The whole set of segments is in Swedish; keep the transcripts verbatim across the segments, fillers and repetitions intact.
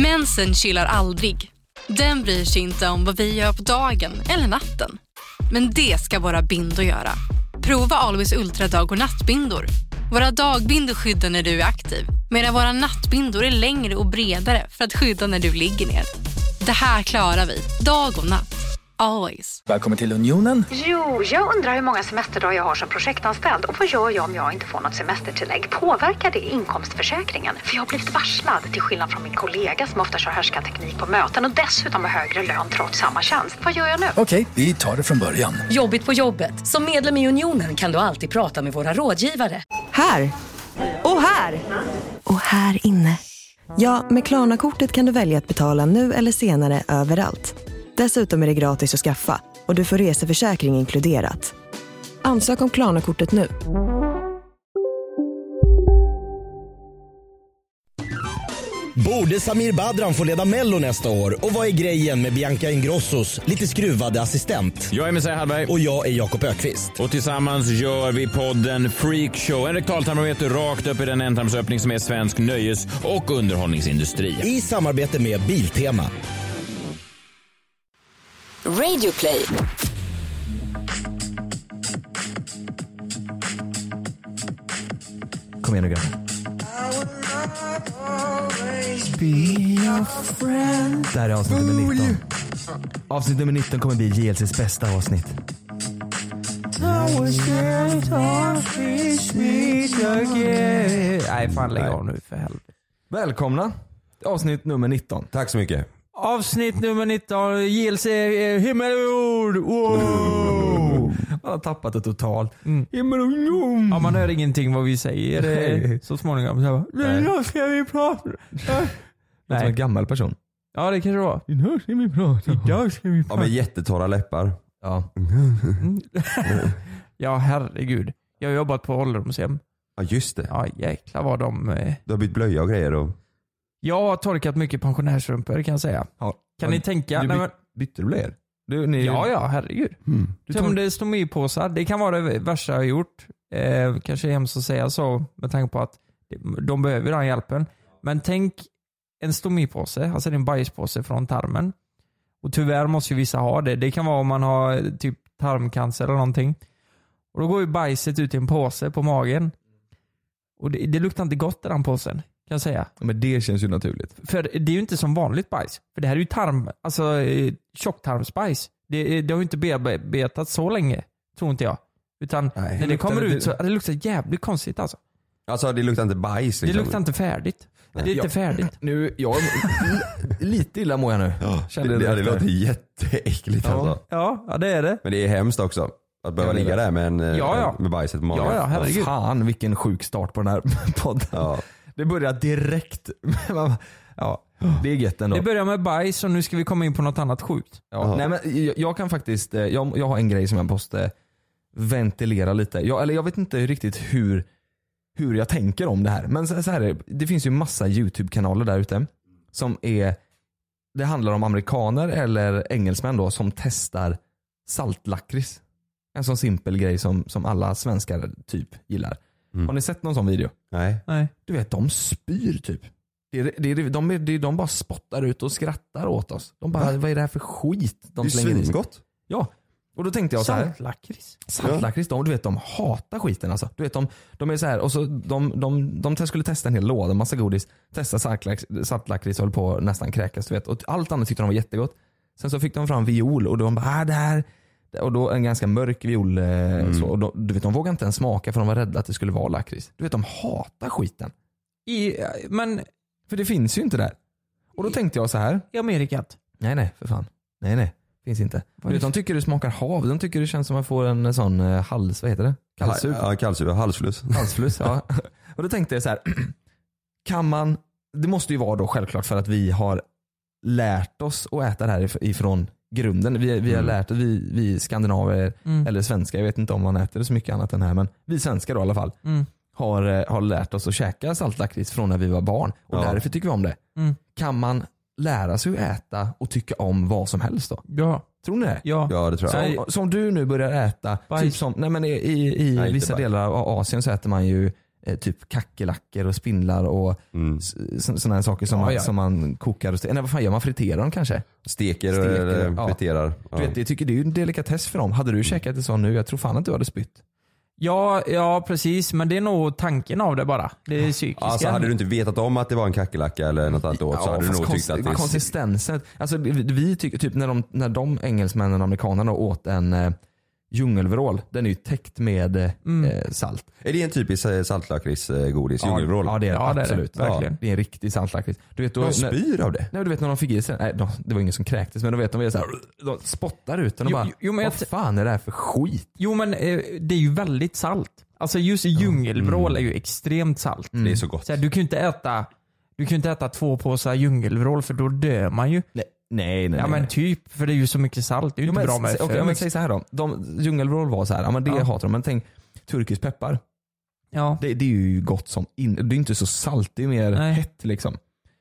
Mensen chillar aldrig. Den bryr sig inte om vad vi gör på dagen eller natten. Men det ska våra bindor göra. Prova Always Ultra dag- och nattbindor. Våra dagbindor skyddar när du är aktiv, medan våra nattbindor är längre och bredare för att skydda när du ligger ner. Det här klarar vi, dag och natt. Always. Välkommen till Unionen. Jo, jag undrar hur många semesterdagar jag har som projektanställd. Och vad gör jag om jag inte får något semestertillägg? Påverkar det inkomstförsäkringen? För jag har blivit varslad, till skillnad från min kollega som ofta kör härskarteknik på möten och dessutom har högre lön trots samma tjänst. Vad gör jag nu? Okej, vi tar det från början. Jobbigt på jobbet. Som medlem i Unionen kan du alltid prata med våra rådgivare. Här. Och här. Och här inne. Ja, med Klarna-kortet kan du välja att betala nu eller senare överallt. Dessutom är det gratis att skaffa och du får reseförsäkring inkluderat. Ansök om Klarna-kortet nu. Borde Samir Badran få leda Mello nästa år? Och vad är grejen med Bianca Ingrossos lite skruvade assistent? Jag är Messiah Hallberg. Och jag är Jakob Ökvist. Och tillsammans gör vi podden Freak Show. En rektaltarmometer rakt upp i den ändtarmsöppning som är svensk nöjes- och underhållningsindustri. I samarbete med Biltema. Radio Play. Kom igen nu, grabbar. Det här är avsnitt nummer nitton. Avsnitt nummer nitton kommer bli J L C:s bästa avsnitt. Nej, fan lägg av nu för helvete. Välkomna till avsnitt nummer nitton. Tack så mycket. Avsnitt nummer nitton, J L C, himmel och jord. Wow. Man har tappat det totalt. Mm. Himmel och jord. Ja, man hör ingenting vad vi säger så småningom. Så här, nu ska vi prata. Nej. Som en gammal person. Ja, det kanske det var. Nu ska vi prata. Idag ska vi prata. Ja, med jättetorra läppar. Ja. Ja, herregud. Jag har jobbat på ålderdomshem. Ja, just det. Ja, jäklar vad de... Eh... Du har bytt blöja och grejer och... Jag har torkat mycket pensionärsrumpor, kan jag säga. Ja. Kan ja, ni tänka... Du by- by- bytte du blöjor? Du, ni... Ja, ja, herregud. Mm. Tömde stomipåsar. Det kan vara det värsta jag har gjort. Eh, kanske är hemskt att säga så, med tanke på att de behöver den hjälpen. Men tänk en stomipåse, alltså en bajspåse från tarmen. Och tyvärr måste ju vissa ha det. Det kan vara om man har typ tarmcancer eller någonting. Och då går ju bajset ut i en påse på magen. Och det, det luktar inte gott i den påsen, kan jag säga. Men det känns ju naturligt. För det är ju inte som vanligt bajs. För det här är ju tarm, alltså eh, tjocktarmsbajs. Det, det har ju inte bearbetat så länge, tror inte jag. Utan Nej, när det kommer det, ut så det luktar jävligt konstigt alltså. Alltså det luktar inte bajs liksom. Det luktar inte färdigt. Nej. Det är inte jag, färdigt. Nu, jag lite illa mår jag nu. Ja, det, det, det låter jätteäckligt ja. alltså. Ja, ja, det är det. Men det är hemskt också. Att behöva ligga där med, en, ja, ja. med bajset på magen. Ja, ja, herregud. Fan, vilken sjuk start på den här podden. Ja. Det börjar direkt. Ja, det är gett ändå. Det börjar med bajs och nu ska vi komma in på något annat sjukt. Ja. Nej, men jag, jag kan faktiskt, jag, jag har en grej som jag måste ventilera lite. Jag, eller jag vet inte riktigt hur, hur jag tänker om det här. Men så, så här är det, det finns ju massa YouTube-kanaler där ute som är, det handlar om amerikaner eller engelsmän då som testar saltlakrits. En sån simpel grej som, som alla svenskar typ gillar. Mm. Har ni sett någon sån video? Nej. Nej. Du vet, de spyr typ. Det, det, det, de, de, de bara spottar ut och skrattar åt oss. De bara, Va? vad är det här för skit de det slänger Mm. in? Gott. Ja. Och då tänkte jag så här. Saltlakrits. Saltlakrits, de, du vet, de hatar skiten alltså. Du vet, de, de är så här, och så de, de, de, de skulle testa en hel låda, massa godis. Testa saltlakrits, saltlakrits och höll på nästan kräkas, du vet. Och allt annat tyckte de var jättegott. Sen så fick de fram viol och de bara, ah, det här. Och då en ganska mörk viol. Mm. Så, och då, du vet, de vågade inte ens smaka för de var rädda att det skulle vara lakrits. Du vet, de hatar skiten. I, men... För det finns ju inte där. Och då I, tänkte jag så här. I Amerikat? Nej, nej, för fan. Nej, nej. Finns inte. Du vet, de tycker det smakar hav. De tycker det känns som att man får en sån uh, hals, vad heter det? Kallsup. Ja, kallsup, halsfluss. Halsfluss, ja. Och då tänkte jag så här. Kan man, det måste ju vara då självklart för att vi har lärt oss att äta det här ifrån grunden. Vi, vi har mm. lärt oss, vi, vi skandinaver mm. eller svenskar, jag vet inte om man äter så mycket annat än här, men vi svenskar då i alla fall mm. har, har lärt oss att käka saltlakrits från när vi var barn. Och ja. därför tycker vi om det. Mm. Kan man lära sig att äta och tycka om vad som helst då? Ja. Tror ni det? Ja, ja det tror jag. Så, som du nu börjar äta, typ som, nej men i, i, i nej, vissa delar av Asien så äter man ju eh, typ kackerlackor och spindlar och mm. sådana här saker som, ja, man, ja. som man kokar och ste- nej vad fan gör man, friterar dem kanske? Steker, Steker, eller ja. friterar. Ja. Du vet, jag tycker det är ju en delikatess för dem. Hade du käkat det så nu, jag tror fan att du hade spytt. Ja, ja precis, men det är nog tanken av det bara. Det är psykiska. Alltså hade du inte vetat om att det var en kackerlacka eller något annat åt, så Ja, hade du fast nog tyckt konst- att det konsistensen, alltså vi, vi tycker typ när de, när de engelsmännen och amerikanerna åt en eh, djungelvrål, den är ju täckt med eh, Mm. salt. Är det en typisk eh, saltlakritsgodis, djungelvrål? Ja, det är det, Ja, det är det, absolut. verkligen. Det är en riktig saltlakrits. Du vet, då, De spyr av det. Nej, du vet när de fick i sig, nej, de, det var ingen som kräktes, men de vet de är så här, de spottar ut den och Jo, bara, jo, men vad jag- fan är det här för skit? Jo men eh, det är ju väldigt salt. Alltså just djungelvrål är ju extremt salt. Det är så gott. Så här, du kan ju inte äta du kan ju inte äta två påsar djungelvrål för då dör man ju. Nej, nej, nej. Ja men typ, för det är ju så mycket salt. Det är ju Jo, inte men, bra med okej, för ja, men mycket. säg så här då. De, djungelvrål var så här, ja men det Ja. hatar de, men tänk turkisk peppar. Ja. Det, det är ju gott som in, det är inte så salt, det är mer Nej. hett liksom.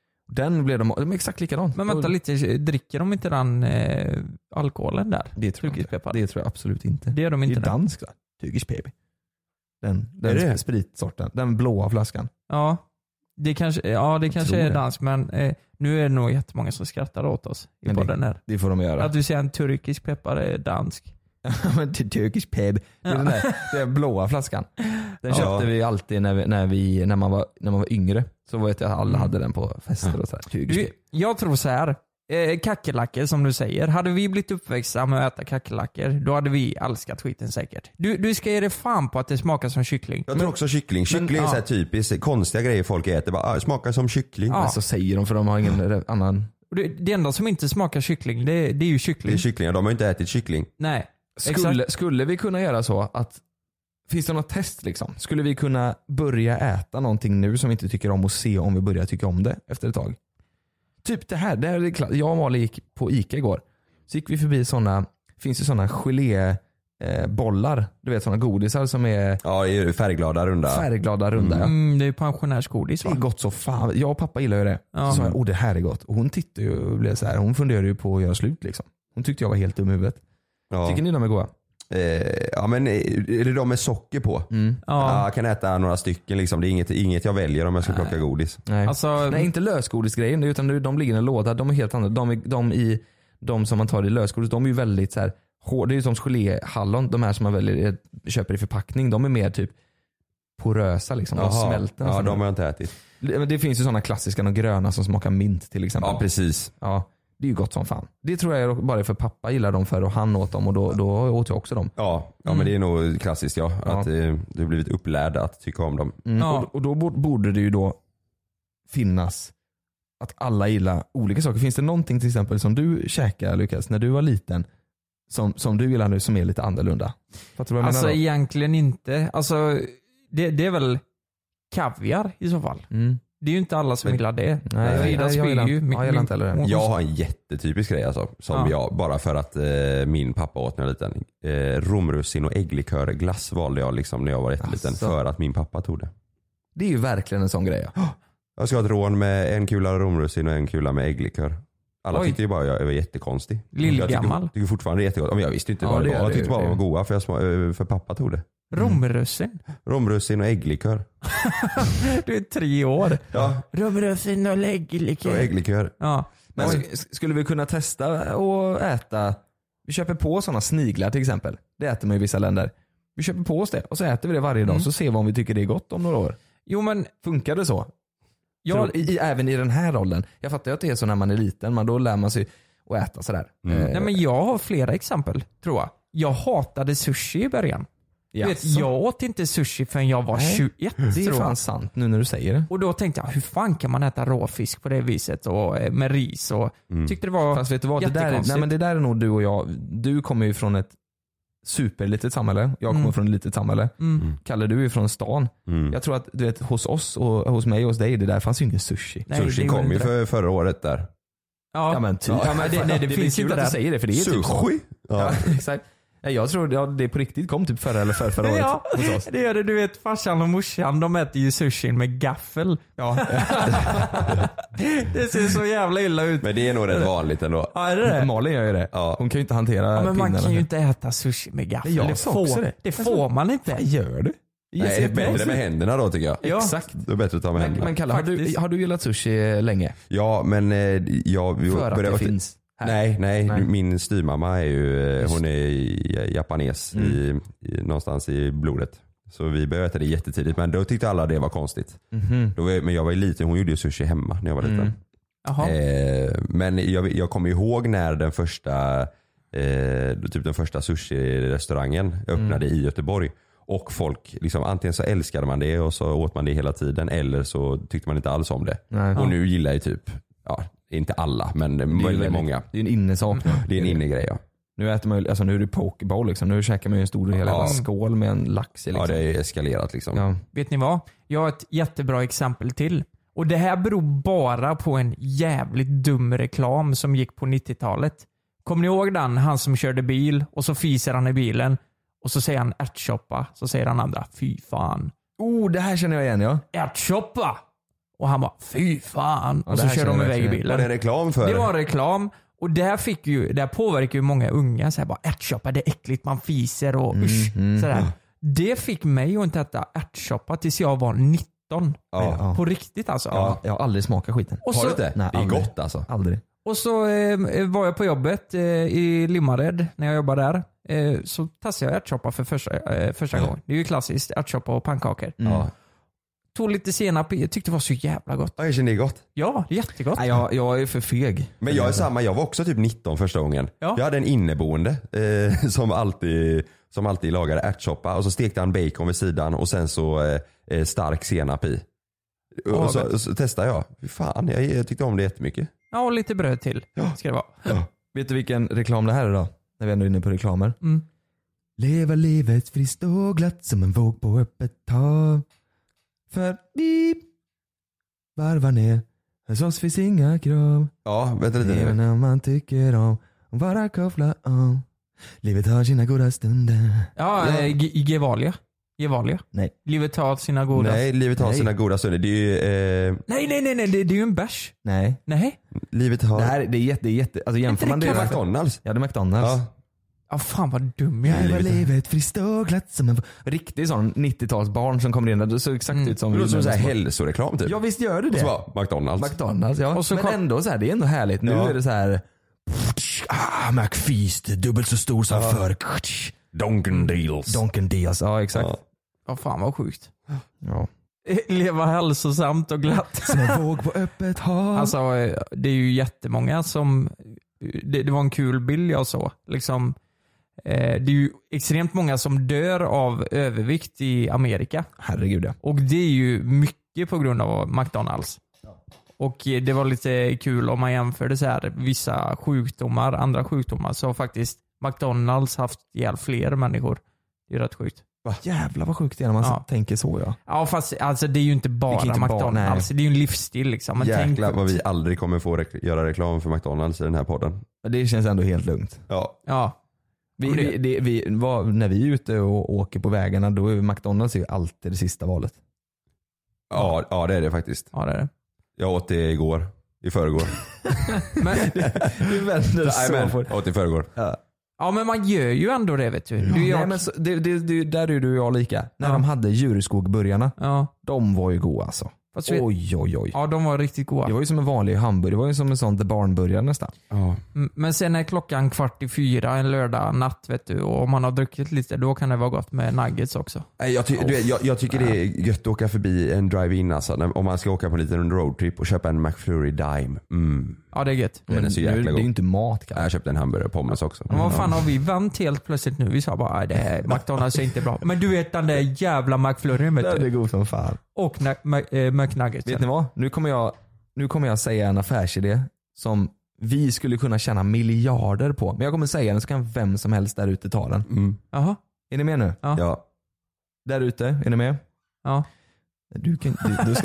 Den blev de, de är exakt likadant. Men vänta lite, dricker de inte den eh, alkoholen där? Det tror, jag Turkisk inte. peppar. Det tror jag absolut inte. Det gör de Det inte. är där. dansk va? Turkisk baby. Den, Är den det? spritsorten. Den blåa flaskan. Ja. Det kanske, ja, det kanske tror är det. dansk, men eh, nu är det nog jättemånga som skrattar åt oss i Men det- podden här. Det får de göra. Att du säger en turkisk peppar är dansk. Men till turkisk baby. Det är Ja. den där den blåa flaskan. Den Ja. köpte vi alltid när, vi, när, vi, när, man var, när man var yngre. Så vet jag att alla hade den på fester och så här. Turkisk Du, baby. jag tror så här. Eh, kackerlackor som du säger. Hade vi blivit uppväxta med att äta kackerlackor, då hade vi älskat skiten säkert. Du, du ska ge dig fan på att det smakar som kyckling. Jag tror också kyckling. Kyckling är ja. så här typiskt konstiga grejer folk äter. Bara, ah, smakar som kyckling. Ja. Men så säger de för de har ingen annan. Och Det, det enda som inte smakar kyckling, det, det är ju Det kyckling. är kycklingar, de har ju inte ätit kyckling. Nej. Skulle, skulle vi kunna göra så att, finns det något test liksom? Skulle vi kunna börja äta någonting nu som vi inte tycker om och se om vi börjar tycka om det efter ett tag? Typ det här, det här är klart. Jag och Malin gick på Ica igår. Så gick vi förbi sådana, finns ju sådana gelé eh, bollar, du vet sådana godisar som är Ja, det är färgglada runda. färgglada runda. Ja. Mm, det är pensionärsgodis Det va? är gott så fan. Jag och pappa gillar ju det. Ja. Så sa jag, oh det här är gott. Och hon tittade ju och blev så här, hon funderade ju på att göra slut liksom. Hon tyckte jag var helt dum i huvudet. Ja. Tycker ni de är goda? Eh, ja men är det de med socker på? Mm. Ja. Ja. Jag kan äta några stycken liksom. Det är inget, inget jag väljer om jag ska plocka godis. Nej. Alltså, Nej, inte lösgodisgrejen, utan de, de ligger i en låda. De är helt andra. De, är- de, i, de som man tar i lösgodis, de är ju väldigt så här hårda. Det är ju som geléhallon, de här som man väljer, köper i förpackning. De är mer typ porösa liksom. De Jaha. smälter. Ja, nästan. de har jag inte ätit. det, det finns ju sådana klassiska, de gröna som smakar mint till exempel. Ja, precis. Ja, det är ju gott som fan. Det tror jag bara är för pappa gillar dem för och han åt dem och då, då åt jag också dem. Ja, ja men det är nog klassiskt ja. Att eh, du har blivit upplärd att tycka om dem. Mm. Ja. Och, och då borde- borde det ju då finnas att alla gillar olika saker. Finns det någonting till exempel som du käkar Lukas när du var liten som, som du gillar nu som är lite annorlunda? Fattar du vad jag alltså menar då? egentligen inte. Alltså, det, det är väl kaviar i så fall. Mm. Det är ju inte alla som Men- gillar det. Nej, Frida nej, jag spyr gillar ju. inte- Min- jag gillar inte heller det. hon- Jag har en jättetypisk grej alltså. Som Ja. jag, bara för att eh, min pappa åt när jag var liten. Eh, romrussin och ägglikör glass valde jag liksom när jag var jätteliten. Asså. För att min pappa tog det. Det är ju verkligen en sån grej. Ja. Jag ska ha ett rån med en kula romrussin och en kula med ägglikör. Alla Oj. tyckte ju bara jag var jättekonstig. Lillgammal. Jag tycker, tycker fortfarande det är jättegott. Men jag visste inte Ja, vad det det var. är Jag det tyckte ju. bara de var goda för, jag, sma- eh, för pappa tog det. Romrussin. Romrussin och ägglikör. Du är tre år. Ja, Romrussin och och ägglikör. ägglikör. Ja. Men Oj. sk- skulle vi kunna testa och äta, vi köper på sådana sniglar till exempel. Det äter man i vissa länder. Vi köper på oss det och så äter vi det varje dag Mm. så ser vi om vi tycker det är gott om några år. Jo men, Funkar det så? jag, För i, i, även i den här rollen. Jag fattar ju att det är så när man är liten, men då lär man sig att äta sådär. Mm. Eh, nej men jag har flera exempel tror jag. Jag hatade sushi i början. Du vet, jaså? jag åt inte sushi förrän jag var Nej. tjugoett Det är tror fan jag. sant nu när du säger det. Och då tänkte jag, hur fan kan man äta råfisk på det viset och eh, med ris och Mm. tyckte det var Fast vet du vad, det där, är- jättekonstigt. nej, men det där är nog du och jag. Du kommer ju från ett superlitet samhälle. Jag kommer Mm. från ett litet samhälle. Mm. Kalle, du är från stan. Mm. Jag tror att du vet, hos oss och hos mig och hos dig, det där fanns ju ingen sushi. Nej, Sushin det gjorde kom ju inte det. för förra året där. Ja, Ja men typ. Ja, men det- nej, det är finns kul inte att du där. säger det för det är typ så. Sushi? Ja, Ja. exakt. Nej, jag tror ja, det på riktigt kom typ förra eller förra, förra året ja, hos oss. det gör det. Du vet, farsan och morsan, de äter ju sushin med gaffel. Ja. Det ser så jävla illa ut. Men det är nog rätt vanligt ändå. Ja, är det det? Malin gör ju det. Ja. Hon kan ju inte hantera Ja, men man pinnarna. kan ju inte äta sushi med gaffel. Jag det sa får, också det. det får man inte. Vad gör du? Nej, bättre med händerna då tycker jag. Ja. Exakt. Det är bättre att ta med Men, händerna. men Kalle, har du, har du gillat sushi länge? Ja, men eh, jag... vi För att började- det finns här. Nej, nej, Nej. min styrmamma är ju, eh, hon är i- japanes Mm. i, i, någonstans i blodet. Så vi började äta det jättetidigt, men då tyckte alla det var konstigt. Mhm. Då var, men jag var ju liten, hon gjorde ju sushi hemma när jag var liten. Mm. Jaha. Eh, men jag, jag kommer ihåg när den första eh, typ den första sushi-restaurangen öppnade Mm. i Göteborg. Och folk, liksom, antingen så älskade man det och så åt man det hela tiden, eller så tyckte man inte alls om det. Nej. Och nu gillar jag typ, ja, inte alla, men Det är väldigt, väldigt- många. Det är en innesak nu. Det är en innegrej, ja. Nu äter man ju, alltså nu är det pokeball liksom. Nu käkar man ju en stor hela Ja. skål med en lax i liksom. Ja, det är eskalerat liksom. Ja. Vet ni vad? Jag har ett jättebra exempel till. Och det här beror bara på en jävligt dum reklam som gick på nittiotalet. Kommer ni ihåg den? Han som körde bil och så fiser han i bilen och så säger han ärtsoppa. Så säger han andra, fy fan. Oh, det här känner jag igen, ja. Ärtsoppa! Och han bara, fy fan. Ja, och det så här kör de känner jag iväg i verkligen. bilen. Var det reklam för? Det var en reklam. Och där fick ju, där påverkar ju många unga så här bara, ärtsoppa, det är äckligt, man fiser och Mm, usch. mm. Sådär. Det fick mig att inte äta ärtsoppa tills jag var nitton. Ja. På riktigt alltså. Ja, jag har aldrig smakat skiten. Och Har så, du inte? Nej, det är aldrig. gott alltså. Aldrig. och så eh, var jag på jobbet eh, i Limmared när jag jobbade där. Eh, så testade jag ärtsoppa för första, eh, första Ja. gången. Det är ju klassiskt, ärtsoppa och pannkakor. Mm. Ja. Tog lite senap i, jag tyckte det var så jävla gott. Ja, jag känner det är gott. Ja, det är jättegott. Nej, jag, jag är för feg. Men jag är samma, jag var också typ nitton första gången. Ja. Jag hade en inneboende eh, som, alltid, som alltid lagade ärtsoppa och så stekte han bacon vid sidan och sen så eh, stark senap i. Och Ja, så, gott. så testade jag. Fy fan, jag, jag tyckte om det jättemycket. Ja, och lite bröd till. Ska det vara. Ja. Vet du vilken reklam det här är då? När vi ändå är inne på reklamer. Mm. Leva livet friskt och glatt som en våg på öppet hav. För vi varvar ner. Hos oss finns inga krav. Ja, vänta lite Även nu. när man tycker om och bara koppla om. Livet har sina goda stunder. Ja, Ja. eh, G- Gevalia. Gevalia. Nej. Livet har sina goda... Nej, livet har Nej. sina goda stunder. Det är ju, eh, nej, nej, nej, nej det, det är ju en bärs. Nej. Nej. livet har... Det här det är jätte, det är jätte alltså jämför Inte man det det kan med vara- McDonalds. Ja, det är McDonalds. Ja. Ja, fan vad dum jag är. Leva livet friskt och glatt som en riktig sån nittiotalsbarn som kommer in där. Det såg exakt Mm. ut som Det låter som så här som- hälsoreklam typ. Ja, visst gör det Och det. så bara, McDonalds. McDonalds, ja. Och så men kom- ändå så här, det är ändå härligt. Nu Ja. är det så här. Ah, McFeast, dubbelt så stor som Ja. förr. Donken deals. Donken Diaz, ja exakt. Ja. Ja, fan vad sjukt. Ja. Leva hälsosamt och glatt. Som en våg på öppet hav. Alltså, eh, det är ju jättemånga som... Det, det var en kul bild jag såg. Liksom, eh, det är ju extremt många som dör av övervikt i Amerika. Herregud ja. Och det är ju mycket på grund av McDonalds. Och eh, det var lite kul om man jämförde så här vissa sjukdomar, andra sjukdomar, så har faktiskt McDonalds haft ihjäl fler människor. Det är rätt sjukt. Jävlar vad sjukt det är när man Ja. tänker så ja. Ja, fast alltså, det är ju inte bara kan inte bara- McDonalds. det är ju en livsstil liksom. Men Jäklar tänk, vad vi aldrig kommer få rek- göra reklam för McDonalds i den här podden. Men det känns ändå helt lugnt. Ja. Ja. Vi, Ja, men det- vi, det, vi, vad, när vi är ute och åker på vägarna då är McDonalds ju alltid det sista valet. Ja, ja, det är det faktiskt. Ja, det är det. Jag åt det igår. I förrgår. Men, Du vänder så Jajamän, på jag åt det i förrgår. ja. ja, men man gör ju ändå det, vet du. du Nej, gör, men så, det, det, det, där är du och jag lika. När Ja. de hade djurskogburgarna, ja, de var ju goda alltså. fast vet, Oj oj oj. ja, de var riktigt goda. Det var ju som en vanlig hamburgare, det var ju som en sån The Barn-burgare nästan. Ja. Mm, Men sen är klockan kvart i fyra en lördag natt, vet du, och om man har druckit lite, då kan det vara gott med nuggets också. Nej, Jag, ty- du vet, jag, jag tycker det är gött att åka förbi en drive-in alltså, när- om man ska åka på en liten roadtrip och köpa en McFlurry Dime. Mm. Ja, det är gött. Den är så nu, jäkla det är god. ju inte mat kanske. Jag köpte en hamburgare och pommes också. Men vad fan har vi vänt helt plötsligt nu? Vi sa bara, "Nej, det här, McDonalds är inte bra." Men du vet den där jävla McFlurryn, vet Den är du. god som fan. Och na- Mac- eh, McNuggets. Vet ni vad? Nu kommer jag, nu kommer jag säga en affärsidé som vi skulle kunna tjäna miljarder på. Men jag kommer säga den så kan vem som helst där ute ta den. Mm. Jaha. Är ni med nu? Ja. Ja. Där ute, är ni med? Ja. Du kan, du, du ska...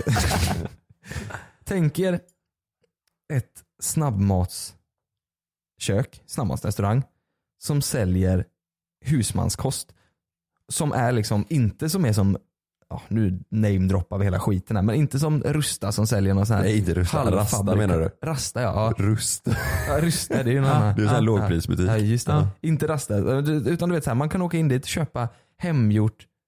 Tänk er ett snabbmatskök, snabbmatsrestaurang som säljer husmanskost. Som är liksom inte som är som, ja, nu namedroppar vi hela skiten här, men inte som Rusta som säljer någon sån här. Nej, inte Rusta. halvfabrika- Rasta menar du? Rasta ja. ja. Rust. Ja, Rusta, det är ju en Ja. annan. Det är en sån här Ja. lågprisbutik. Ja, just det. Ja. Inte Rasta. Utan du vet så här, man kan åka in dit, köpa hemgjort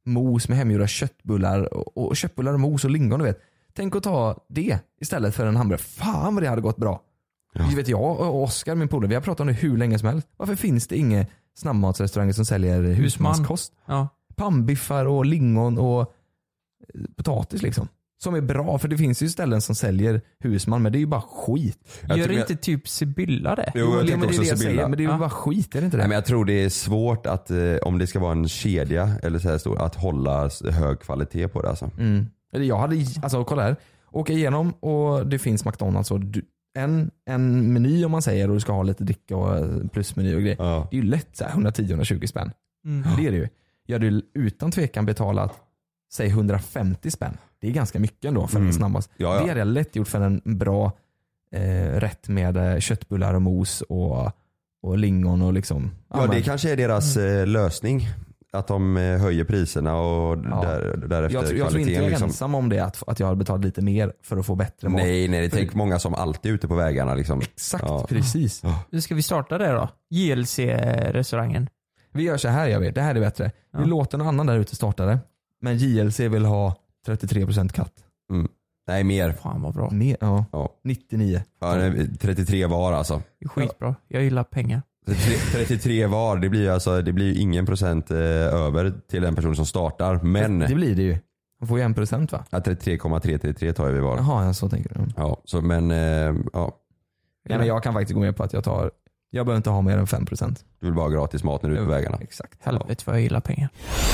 mos med hemgjorda köttbullar och, och köttbullar och mos och lingon, du vet. Tänk att ta det istället för en hamburgare. Fan vad det hade gått bra. Ja. Du vet, jag och Oskar, min polare, vi har pratat om det hur länge som helst. Varför finns det inga snabbmatsrestauranger som säljer husmanskost? Ja. Pannbiffar och lingon och potatis liksom. Som är bra, för det finns ju ställen som säljer husman, men det är ju bara skit. Gör jag inte jag... typ Sibylla det? Jo, jag ja, men det är det jag säger, men det är ju ja. bara skit, är det inte det? Nej, men jag tror det är svårt att, eh, om det ska vara en kedja eller så här stor, att hålla hög kvalitet på det alltså. Mm. Jag hade, alltså kolla här, åka igenom och det finns McDonalds och du, en, en meny om man säger, och du ska ha lite dricka och plusmeny och grejer. Ja. Det är ju lätt så här hundratio till hundratjugo spänn. Mm. Det är det ju. Jag hade ju utan tvekan betalat säg hundrafemtio spänn. Det är ganska mycket ändå för mm. en snabbast. Ja, ja. Det hade jag lätt gjort för en bra eh, rätt med köttbullar och mos och, och lingon och liksom. Ja, ja det kanske är deras mm. eh, lösning. Att de eh, höjer priserna och ja. där, därefter jag, jag tror inte jag är liksom. ensam om det, att, att jag har betalat lite mer för att få bättre mat. Nej, nej, det tänk många som alltid är ute på vägarna liksom. Exakt, ja. precis. Ja. Nu ska vi starta det då. J L C-restaurangen. Vi gör så här, jag vet. Det här är bättre. Ja. Vi låter någon annan där ute starta det. Men J L C vill ha trettiotre procent katt. Mm. Nej, mer. Fan vad bra. Mer, ja. ja. nittionio. Ja, trettiotre var alltså. Det är skitbra. Jag gillar pengar. trettiotre var, det blir alltså, det blir ingen procent eh, över till den person som startar. Men det blir det ju. Man får ju en procent va? Ja, trettiotre komma tre tre tre tar vi var. Jaha, ja, så tänker du. Ja, så men eh, ja. Nej, men jag kan faktiskt gå med på att jag tar, jag behöver inte ha mer än fem procent. Du vill bara ha gratis mat när du är ute på vägarna. Exakt. Helvete vad jag gillar pengar.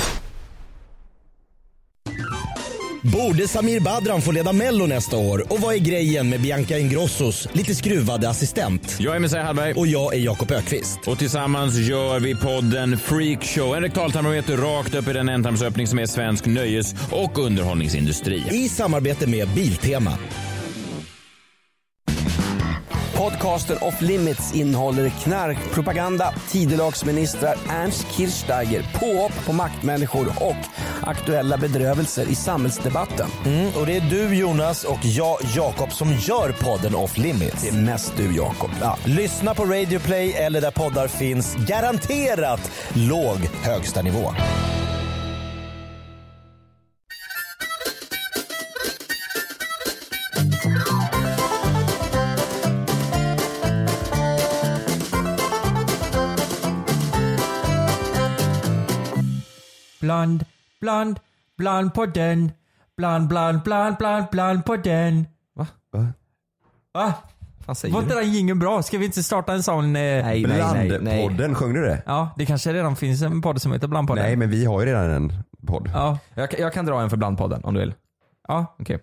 Borde Samir Badran få leda Mello nästa år? Och vad är grejen med Bianca Ingrossos lite skruvade assistent? Jag är Messiah Hallberg. Och jag är Jakob Ökvist. Och tillsammans gör vi podden Freak Show. En rektaltarmometer rakt upp i den ändtarmsöppning som är svensk nöjes- och underhållningsindustri. I samarbete med Biltema. Podcasten Off Limits innehåller knarkpropaganda, tidelagsministrar, Ernst Kirchsteiger, påhopp på maktmänniskor och aktuella bedrövelser i samhällsdebatten. Mm, och det är du Jonas och jag Jakob som gör podden Off Limits. Det är mest du Jakob. Ja, lyssna på Radio Play eller där poddar finns. Garanterat låg högsta nivå. Bland, bland, bland på den. Bland, bland, bland, bland, bland på den. Va? Va? Va? Var inte den gingen bra? Ska vi inte starta en sån... Eh... Nej, Blandpodden, sjöng du det? Ja, det kanske redan finns en podd som heter Blandpodden. Nej, men vi har ju redan en podd. Ja. Jag, jag kan dra en för Blandpodden om du vill. Ja. Okej.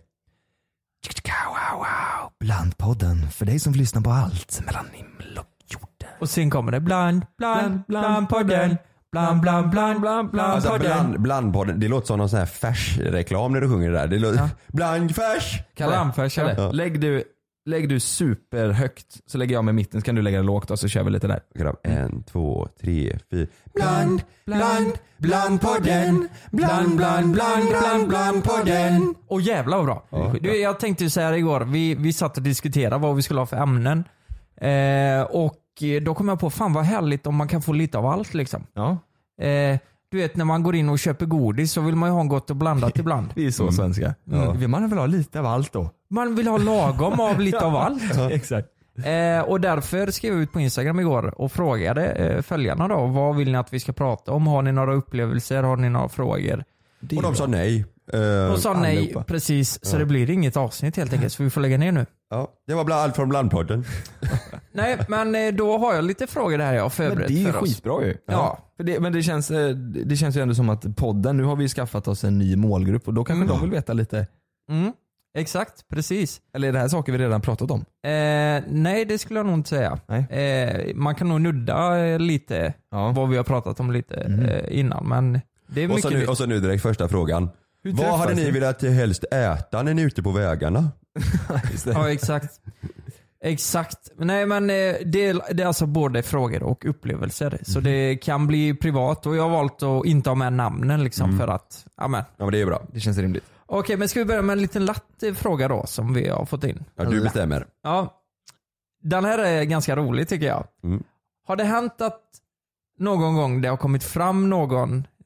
Okay. Blandpodden, för dig som lyssnar på allt mellan himmel och jorden. Och sen kommer det bland, bland, bland på den. Bland, bland, bland, bland, bland alltså, på bland, den. Blandpodden, det låter som någon sån här färs-reklam när du sjunger det där. Det låter, ja. Blandfärs! Blandfärs, Kalle, ja. lägg, du, lägg du superhögt så lägger jag med mitten, så kan du lägga det lågt och så kör vi lite där. Okay, en, två, tre, fyra. Bland, bland, bland på den. Bland, bland, bland, bland, bland på den. Och jävlar vad bra. Ja, du, jag tänkte ju säga igår, vi, vi satt och diskuterade vad vi skulle ha för ämnen. Eh, och då kom jag på, fan vad härligt om man kan få lite av allt liksom. Ja. Eh, du vet när man går in och köper godis så vill man ju ha gott och blandat ibland. Vi är så mm. svenska. Ja. Mm. Man vill ha lite av allt då. Man vill ha lagom av lite av allt. Ja, exakt. Eh, och därför skrev jag ut på Instagram igår och frågade eh, följarna då, vad vill ni att vi ska prata om? Har ni några upplevelser? Har ni några frågor? Det och de sa nej. Uh, och sa nej, allihopa. Precis. Så ja. Det blir inget avsnitt helt enkelt, så vi får lägga ner nu. Ja, det var bland allt från Blandpodden. Nej, men då har jag lite frågor där jag har förberett för oss. Men det är ju skitbra ju. Ja. Ja. För det, men det känns, det känns ju ändå som att podden, nu har vi skaffat oss en ny målgrupp och då kanske mm. de vill veta lite. Mm. Exakt, precis. Eller är det här saker vi redan pratat om? Eh, nej, det skulle jag nog inte säga. Eh, man kan nog nudda lite ja. vad vi har pratat om lite mm. eh, innan. Men det är mycket och, så nu, och så nu direkt första frågan. Hur vad hade ni velat helst äta när ni är ute på vägarna? Ja, exakt. Exakt. Nej, men det är, det är alltså både frågor och upplevelser. Mm. Så det kan bli privat och jag har valt att inte ha med namnen liksom mm. för att, amen. Ja, men det är bra. Det känns rimligt. Okej, men ska vi börja med en liten latt fråga då som vi har fått in? Ja, du bestämmer. Ja. Den här är ganska rolig tycker jag. Mm. Har det hänt att någon gång det har kommit fram någon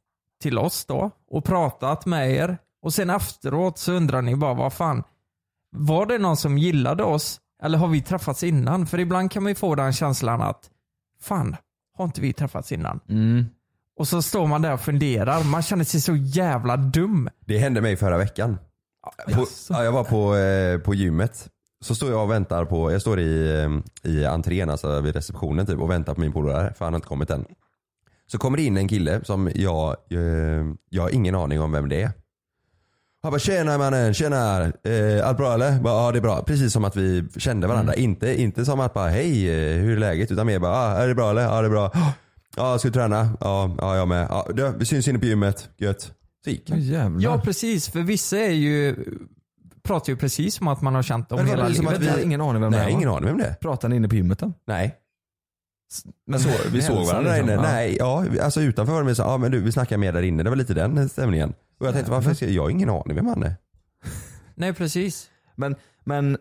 till oss då och pratat med er. Och sen efteråt så undrar ni bara, vad fan, var det någon som gillade oss? Eller har vi träffats innan? För ibland kan man ju få den känslan att, fan, har inte vi träffats innan? Mm. Och så står man där och funderar. Man känner sig så jävla dum. Det hände mig förra veckan. På, ja, jag var på, eh, på gymmet. Så står jag och väntar på, jag står i, i entrén, alltså vid receptionen typ, och väntar på min polare, för han har inte kommit än. Så kommer det in en kille som jag, eh, jag har ingen aning om vem det är. Han bara, tjena mannen, tjena, eh, allt bra eller? Bara, ja det är bra, precis som att vi kände varandra. Mm. Inte, inte som att bara, hej, hur är läget? Utan mer bara, ah, är det bra eller? Ja det är bra. Ja, ska du träna? Ja, ja jag med. Ja, det, vi syns inne på gymmet, gött. Så gick han. Ja precis, för vissa är ju, pratar ju precis som att man har känt dem hela livet. Att vi har ingen aning vem Nej, det är. ingen aning vem det är. Pratar ni inne på gymmet då? Nej. Men så, vi såg varandra där inne. Liksom, Nej, ja, alltså utanför var det så, ja men du, vi snackar med där inne. Det var lite den stämningen. Och jag tänkte, varför ska jag, jag har ingen aning vem han är. Nej, precis. Men, men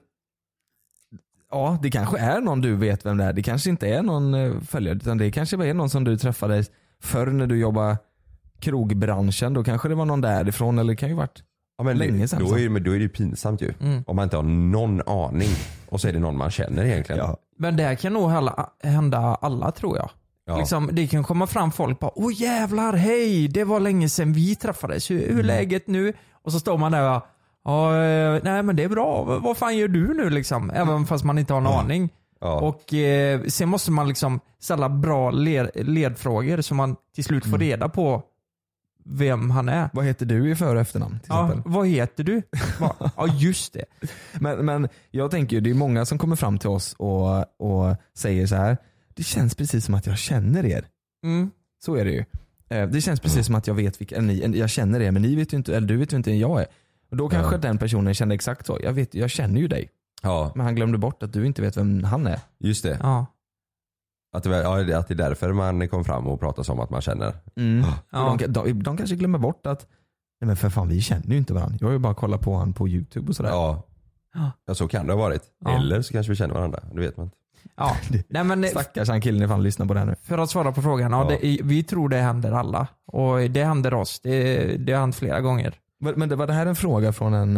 ja, det kanske är någon du vet vem det är. Det kanske inte är någon följare, utan det kanske är någon som du träffade förr när du jobbade krogbranschen. Då kanske det var någon därifrån, eller det kan ju varit ja, men länge det, sedan. Då är, men då är det ju pinsamt ju. Mm. Om man inte har någon aning och så är det någon man känner egentligen. Ja. Men det kan nog hända alla, tror jag. Ja. Liksom, det kan komma fram folk bara, åh jävlar, hej, det var länge sedan vi träffades. Hur, hur är mm. läget nu? Och så står man där och ja, nej men det är bra. Vad fan gör du nu liksom? Även fast man inte har en ja. aning. Ja. Och eh, sen måste man liksom ställa bra led, ledfrågor så man till slut får reda på vem han är. Vad heter du i för- och efternamn till ja, exempel? Vad heter du? Ja, just det. Men, men jag tänker ju, det är många som kommer fram till oss och, och säger så här: det känns precis som att jag känner er. Mm. Så är det ju. Det känns precis mm. som att jag vet vilka ni, jag känner er, men ni vet ju inte, eller du vet ju inte vem jag är. Och då kanske ja. den personen kände exakt så. Jag vet, jag känner ju dig. Ja. Men han glömde bort att du inte vet vem han är. Just det. Ja. Att det, ja, att det är därför man kom fram och pratade om att man känner. Mm. Ja. De, de, de kanske glömmer bort att nej men för fan, vi känner ju inte varandra. Jag har ju bara kollat på han på YouTube och sådär. Ja. Ja, så kan det ha varit. Ja. Eller så kanske vi känner varandra. Det vet man inte. Ja. Nej, men, stackars han killen ifall lyssnar på det här nu. För att svara på frågan, ja, ja. Det, vi tror det händer alla. Och det händer oss. Det, det har hänt flera gånger. Men, men det var det här en fråga från en,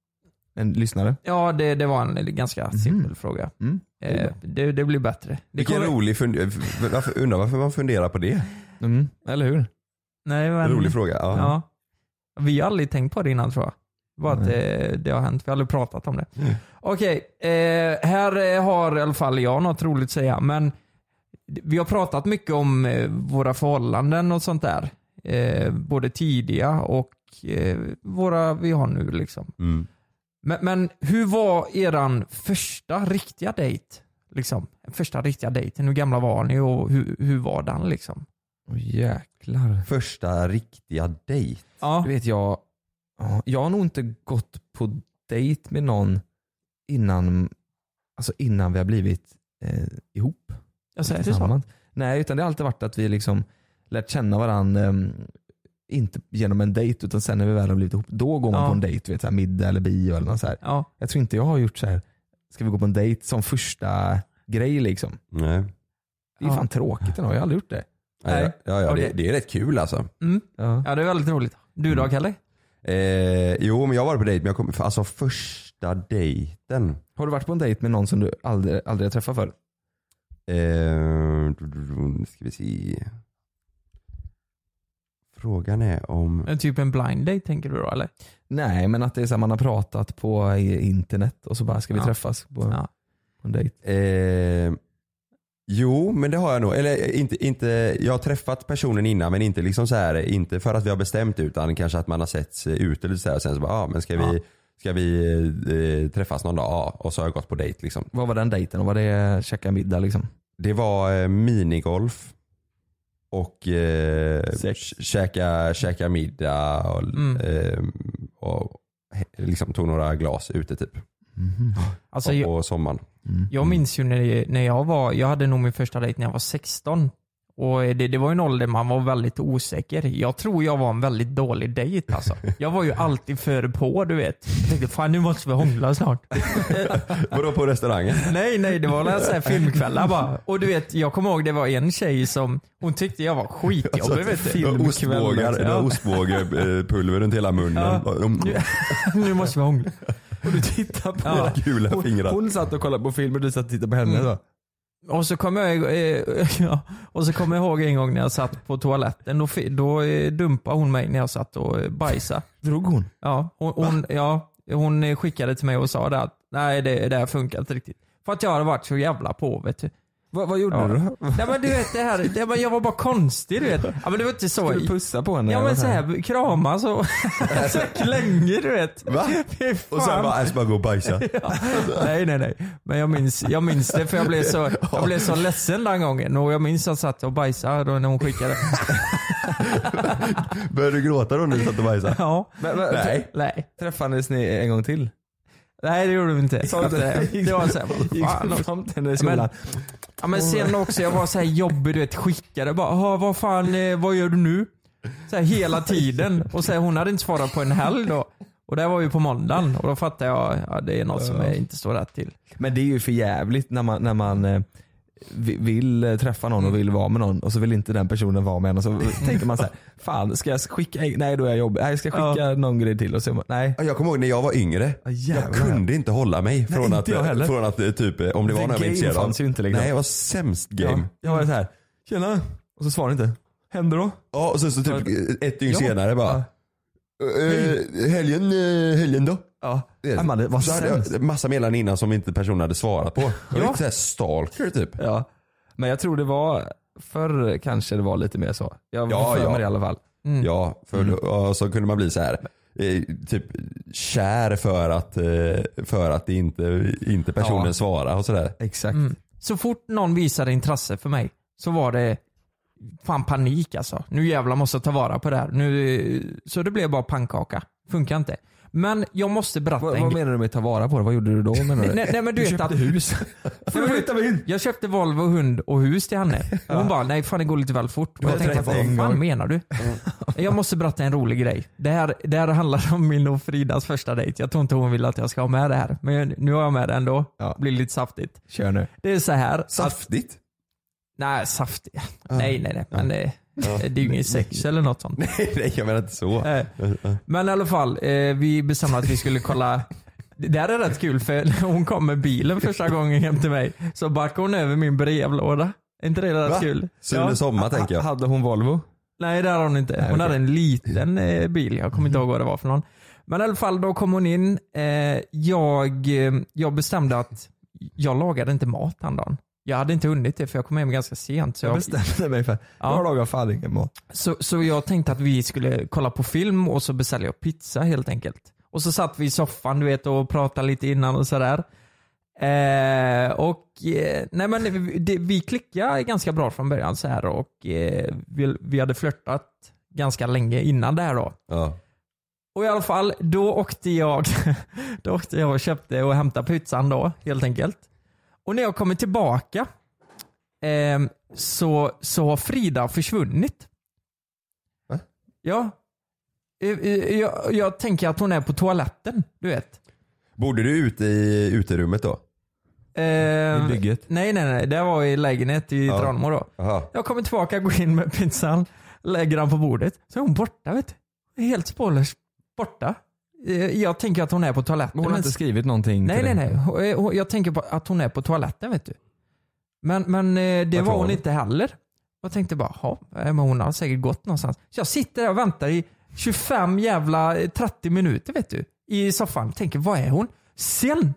en lyssnare? Ja, det, det var en ganska mm. simpel fråga. Mm. Eh, det, det blir bättre. Det Vilken kommer... rolig fund... varför, undrar varför man funderar på det. Mm. Eller hur? Nej, men... rolig fråga. Ja. Ja. Vi har aldrig tänkt på det innan, tror jag. Bara att det, det har hänt. Vi har aldrig pratat om det. Mm. Okej, eh, här har i alla fall jag något roligt att säga. Men vi har pratat mycket om eh, våra förhållanden och sånt där. Eh, både tidiga och eh, våra vi har nu liksom. Mm. Men, men hur var eran första riktiga dejt? Liksom, första riktiga dejten. Hur gamla var ni och hur, hur var den liksom? Oh, jäklar. Första riktiga dejt? Ja. Du vet jag, jag har nog inte gått på dejt med någon innan, alltså innan vi har blivit eh, ihop. Jag säger det så. Nej, utan det har alltid varit att vi liksom lärt känna varandra, eh, inte genom en dejt utan sen när vi väl har blivit ihop, då går man ja. på en dejt, vet, så här, middag eller bio eller något så här. Ja. Jag tror inte jag har gjort så här, ska vi gå på en dejt som första grej liksom. Nej. Det är ja. fan tråkigt ändå, jag har aldrig gjort det. Nej. Ja, ja, det, det är rätt kul alltså. Mm. Ja. ja, det är väldigt roligt. Du då, Kalle? Eh, jo, men jag var på dejt, men jag kom, alltså första dejten. Har du varit på en dejt med någon som du aldrig, aldrig har träffat förr? Eh, ska vi se. Frågan är om... En typ en blind date tänker du då, eller? Nej, men att det är så här, man har pratat på internet och så bara ska vi ja. träffas på, ja. på en dejt. Eh, jo, men det har jag nog. Eller inte, inte, jag har träffat personen innan, men inte liksom så här, inte för att vi har bestämt, utan kanske att man har sett ut eller så här, och sen så bara, ja, men ska vi, ja. ska vi eh, träffas någon dag? Ja, och så har jag gått på dejt liksom. Vad var den dejten? Och var det käka middag liksom? Det var eh, minigolf. Och eh, käka, käka middag och, mm. eh, och liksom tog några glas ute typ. Mm. Alltså, på, jag, på sommaren. Jag minns ju när, när jag var, jag hade nog min första dejt när jag var sexton. Och det, det var ju en ålder man var väldigt osäker. Jag tror jag var en väldigt dålig dejt alltså. Jag var ju alltid för på, du vet. Jag tänkte, fan nu måste vi hångla snart. Vadå, på restaurangen? Nej, nej, det var så här filmkvällar bara. Och du vet, jag kommer ihåg det var en tjej som, hon tyckte jag var skitjobbig, alltså, vet du. Ostbågar, det var ostbågepulver runt hela munnen. Ja. Nu, nu måste vi hångla. Och du tittar på ja. Gula hon, fingrar. Hon satt och kollade på film och du satt och tittade på henne mm. då. Och så kommer jag, eh, ja, och så kommer jag ihåg en gång när jag satt på toaletten. Då, då eh, dumpade hon mig när jag satt och eh, bajsade. Drog hon? Ja, hon, hon, ja, hon skickade till mig och sa det att nej, det, det här funkar inte riktigt. För att jag hade varit så jävla på, vet du. Va, vad gjorde ja. du då? Nej, men du vet det här, det var, jag var bara konstig, du vet. Ja, men det var inte så. Skulle du pussa på henne? Ja, men så här, krama så. Så länge, du vet. Va? Och sen bara, jag ska bara gå och bajsa. Ja. Nej, nej, nej. Men jag minns, jag minns det för jag blev så, jag blev så ledsen den gången. Och jag minns att jag satt och bajsade då när hon skickade. Började du gråta då när du satt och bajsade? Ja. Men, men, nej. nej. Träffades ni en gång till? Nej, det gjorde vi inte. Så att, det, det var så här, fan, fram till henne i skolan. Men, ja, men sen också, jag var så här jobbig, du vet, skickade bara, vad fan, vad gör du nu? Så här hela tiden. Och så här, hon hade inte svarat på en helg då. Och det var ju på måndagen. Och då fattade jag, ja, det är något som jag inte står rätt till. Men det är ju för jävligt när man, när man eh, vill träffa någon och vill vara med någon och så vill inte den personen vara med en och så tänker man så här, fan ska jag skicka, nej då är jag jobbig, nej, jag ska skicka ja. någon grej till och så, nej. Jag kommer ihåg när jag var yngre, ah, jag kunde inte hålla mig från, nej, att, från att typ, om det var någon jag var intresserad av. Inte, liksom. Nej, jag var sämst game. Ja. Jag var så här, tjena, och så svarade inte. Händer då? Ja, och så, så typ ett dygn ja. senare bara, ja. Uh, helgen, uh, helgen då? Ja, det, man, det var så hade jag massa meddelanden innan som inte personen hade svarat på. Jag var inte såhär stalker typ. Ja, men jag tror det var förr kanske det var lite mer så. Jag ja, var för ja. mig det i alla fall. Mm. Ja, för mm. då, så kunde man bli så här eh, typ kär för att eh, för att det inte inte personen ja. svarar och sådär. Exakt. Mm. Så fort någon visade intresse för mig så var det fan panik alltså. Nu jävlar måste jag ta vara på det här. Nu, så det blev bara pannkaka. Funkar inte. Men jag måste berätta vad, en vad menar du med ta vara på det? Vad gjorde du då? Menar du? nej, nej, men du, du vet köpte att, hus. jag, jag köpte Volvo, hund och hus till henne. Och hon bara, nej fan det går lite väl fort. Och jag tänkte, vad fan menar du? Jag måste berätta en rolig grej. Det här, det här handlar om min och Fridas första dejt. Jag tror inte hon vill att jag ska ha med det här. Men nu har jag med det ändå. Ja. Blir lite saftigt. Kör nu. Det är så här. Saftigt? Att, nej, saftigt. Ah. Nej, nej, nej. Men det, ja. det är ju ingen sex eller något sånt. Nej, nej, jag menar inte så. Men i alla fall, eh, vi bestämde att vi skulle kolla. Det här är rätt kul för när hon kom med bilen första gången hem till mig så backade hon över min brevlåda. Är inte det rätt Va? kul? Sune ja. Sommar tänker jag. Hade hon Volvo? Nej, det hade hon inte. Hon Nej, okay. hade en liten eh, bil. Jag kommer inte ihåg vad det var för någon. Men i alla fall, då kom hon in. Eh, jag, jag bestämde att jag lagade inte mat den dagen. Jag hade inte hunnit det för jag kom hem ganska sent. Så jag jag bestämde mig för ja. jag lagar fan ingen mat. Så, så jag tänkte att vi skulle kolla på film och så beställde jag pizza helt enkelt. Och så satt vi i soffan du vet och pratade lite innan och sådär. Eh, och eh, nej men det, vi klickade ganska bra från början så här och eh, vi, vi hade flörtat ganska länge innan det här då. Ja. Och i alla fall då åkte jag då åkte jag och köpte och hämtade pizzan då helt enkelt. Och när jag kommer tillbaka eh, så, så har Frida försvunnit. Va? Ja. Jag, jag, jag tänker att hon är på toaletten, du vet. Bodde du ute i uterummet då? Eh, I bygget? Nej, nej, nej. Det var i lägenhet i ja. Tranmo då. Aha. Jag kommer tillbaka, går in med pizzan, lägger den på bordet. Så är hon borta, vet du. Helt spårlöst borta. Jag tänker att hon är på toaletten. Men hon har inte skrivit någonting Nej, till nej, nej. Jag tänker på att hon är på toaletten, vet du. Men, men det var hon inte heller. Jag tänkte bara, ja, men hon har säkert gått någonstans. Så jag sitter där och väntar i tjugofem jävla trettio minuter, vet du. I soffan. Tänker, vad är hon? Sen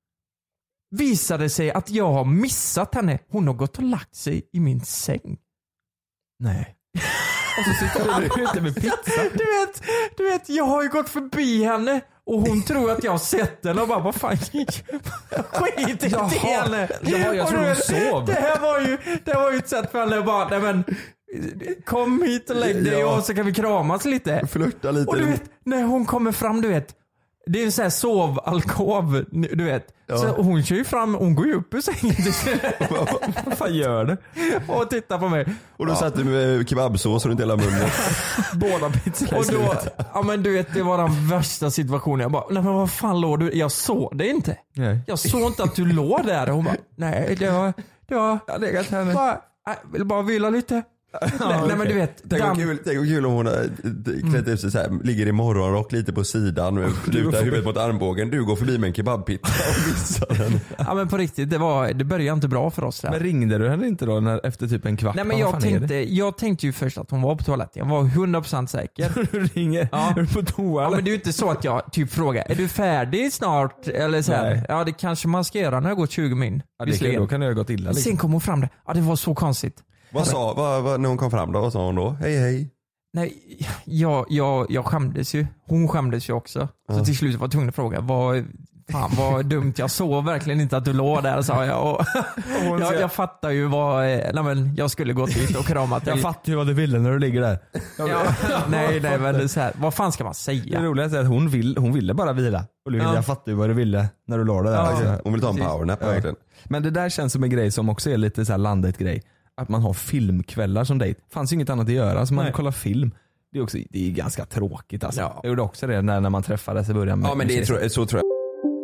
visade det sig att jag har missat henne. Hon har gått och lagt sig i min säng. Nej. Och så sitter du ute med pizza. Du vet, du vet, jag har ju gått förbi henne och hon tror att jag har sett den och bara, vad fan, skit i henne. Jaha, jag tror hon sov. Det här var ju, det var ju ett sätt för henne att bara, nej men, kom hit och lägg dig ja. och så kan vi kramas lite. Flirta lite. Och du vet, när hon kommer fram, du vet, Det är en sån här sovalkov, du vet. Ja. Så hon kör ju fram, hon går ju upp ur sängen. Vad fan gör det? Och tittar på mig. Och då ja. satt du med kebabsås runt hela munnen. Båda pizzorna. Och då, ja men du vet, det var den värsta situationen. Jag bara, nej men vad fan låg du? Jag såg det inte. Nej. Jag såg inte att du låg där. Och hon bara, nej det var, det var, jag legat här med. Bara, jag vill bara vila lite. Ja, nej, okay. Men du vet, tänk vad kul, kul om hon har klätt ut sig så här, ligger i morgonrock lite på sidan och lutar huvudet mot armbågen. Du går förbi med en kebabpizza och missar den. Ja men på riktigt, det, var, det började inte bra för oss där. Men ringde du henne inte då när, efter typ en kvart? Nej men jag tänkte, jag tänkte ju först att hon var på toaletten. Jag var hundra procent säker. Du ringer, ja. Är du på toa? Ja men det är ju inte så att jag typ frågar, är du färdig snart? Eller så här, ja det kanske man ska göra när jag gått tjugo min. Ja, det kan, då kan det ha gått illa liksom. Sen kom hon fram där, ja det var så konstigt. Vad sa, vad, vad, när hon kom fram då, vad sa hon då? Hej hej. Nej, jag, jag, jag skämdes ju. Hon skämdes ju också. Så uh. till slut var jag tvungen att fråga, vad, fan vad dumt, jag såg verkligen inte att du låg där, sa jag. Och, och jag, jag fattar ju vad, nej men jag skulle gått ut och kramat. Jag fattar ju vad du ville när du ligger där. Ja, nej, nej men det är så här, vad fan ska man säga? Det roliga är att hon, vill, hon ville bara vila. Och du, ja. Jag fattar ju vad du ville när du låg där. Ja, ja. Hon vill ta en powernap ja. Verkligen. Men det där känns som en grej som också är lite så här landet grej. Att man har filmkvällar som dejt. Fanns inget annat att göra så man kollar film. Det är också det är ganska tråkigt alltså. Ja. Jag gjorde också det när, när man träffades i början med. Ja men det är tro, så tror jag.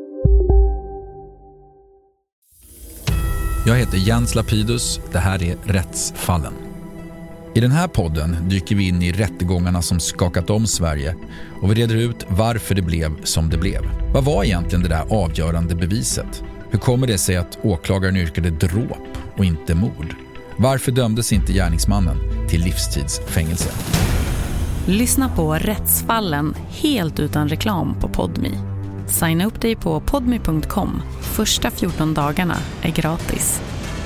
Jag heter Jens Lapidus. Det här är Rättsfallen. I den här podden dyker vi in i rättegångarna som skakat om Sverige och vi reder ut varför det blev som det blev. Vad var egentligen det där avgörande beviset? Hur kommer det sig att åklagaren yrkade dråp och inte mord? Varför dömdes inte gärningsmannen till livstidsfängelse? Lyssna på Rättsfallen helt utan reklam på Podmi. Signa upp dig på podmi punkt com. Första fjorton dagarna är gratis.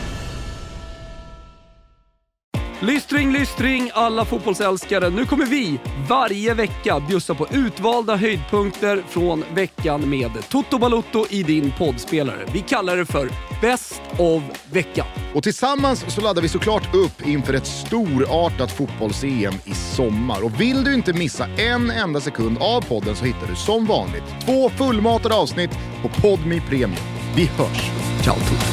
Lystring, lystring alla fotbollsälskare. Nu kommer vi varje vecka bjussa på utvalda höjdpunkter från veckan med Toto Balotto i din poddspelare. Vi kallar det för Best of veckan. Och tillsammans så laddar vi såklart upp inför ett storartat fotbolls-E M i sommar. Och vill du inte missa en enda sekund av podden så hittar du som vanligt två fullmatade avsnitt på Podmi Premium. Vi hörs. Ciao Toto.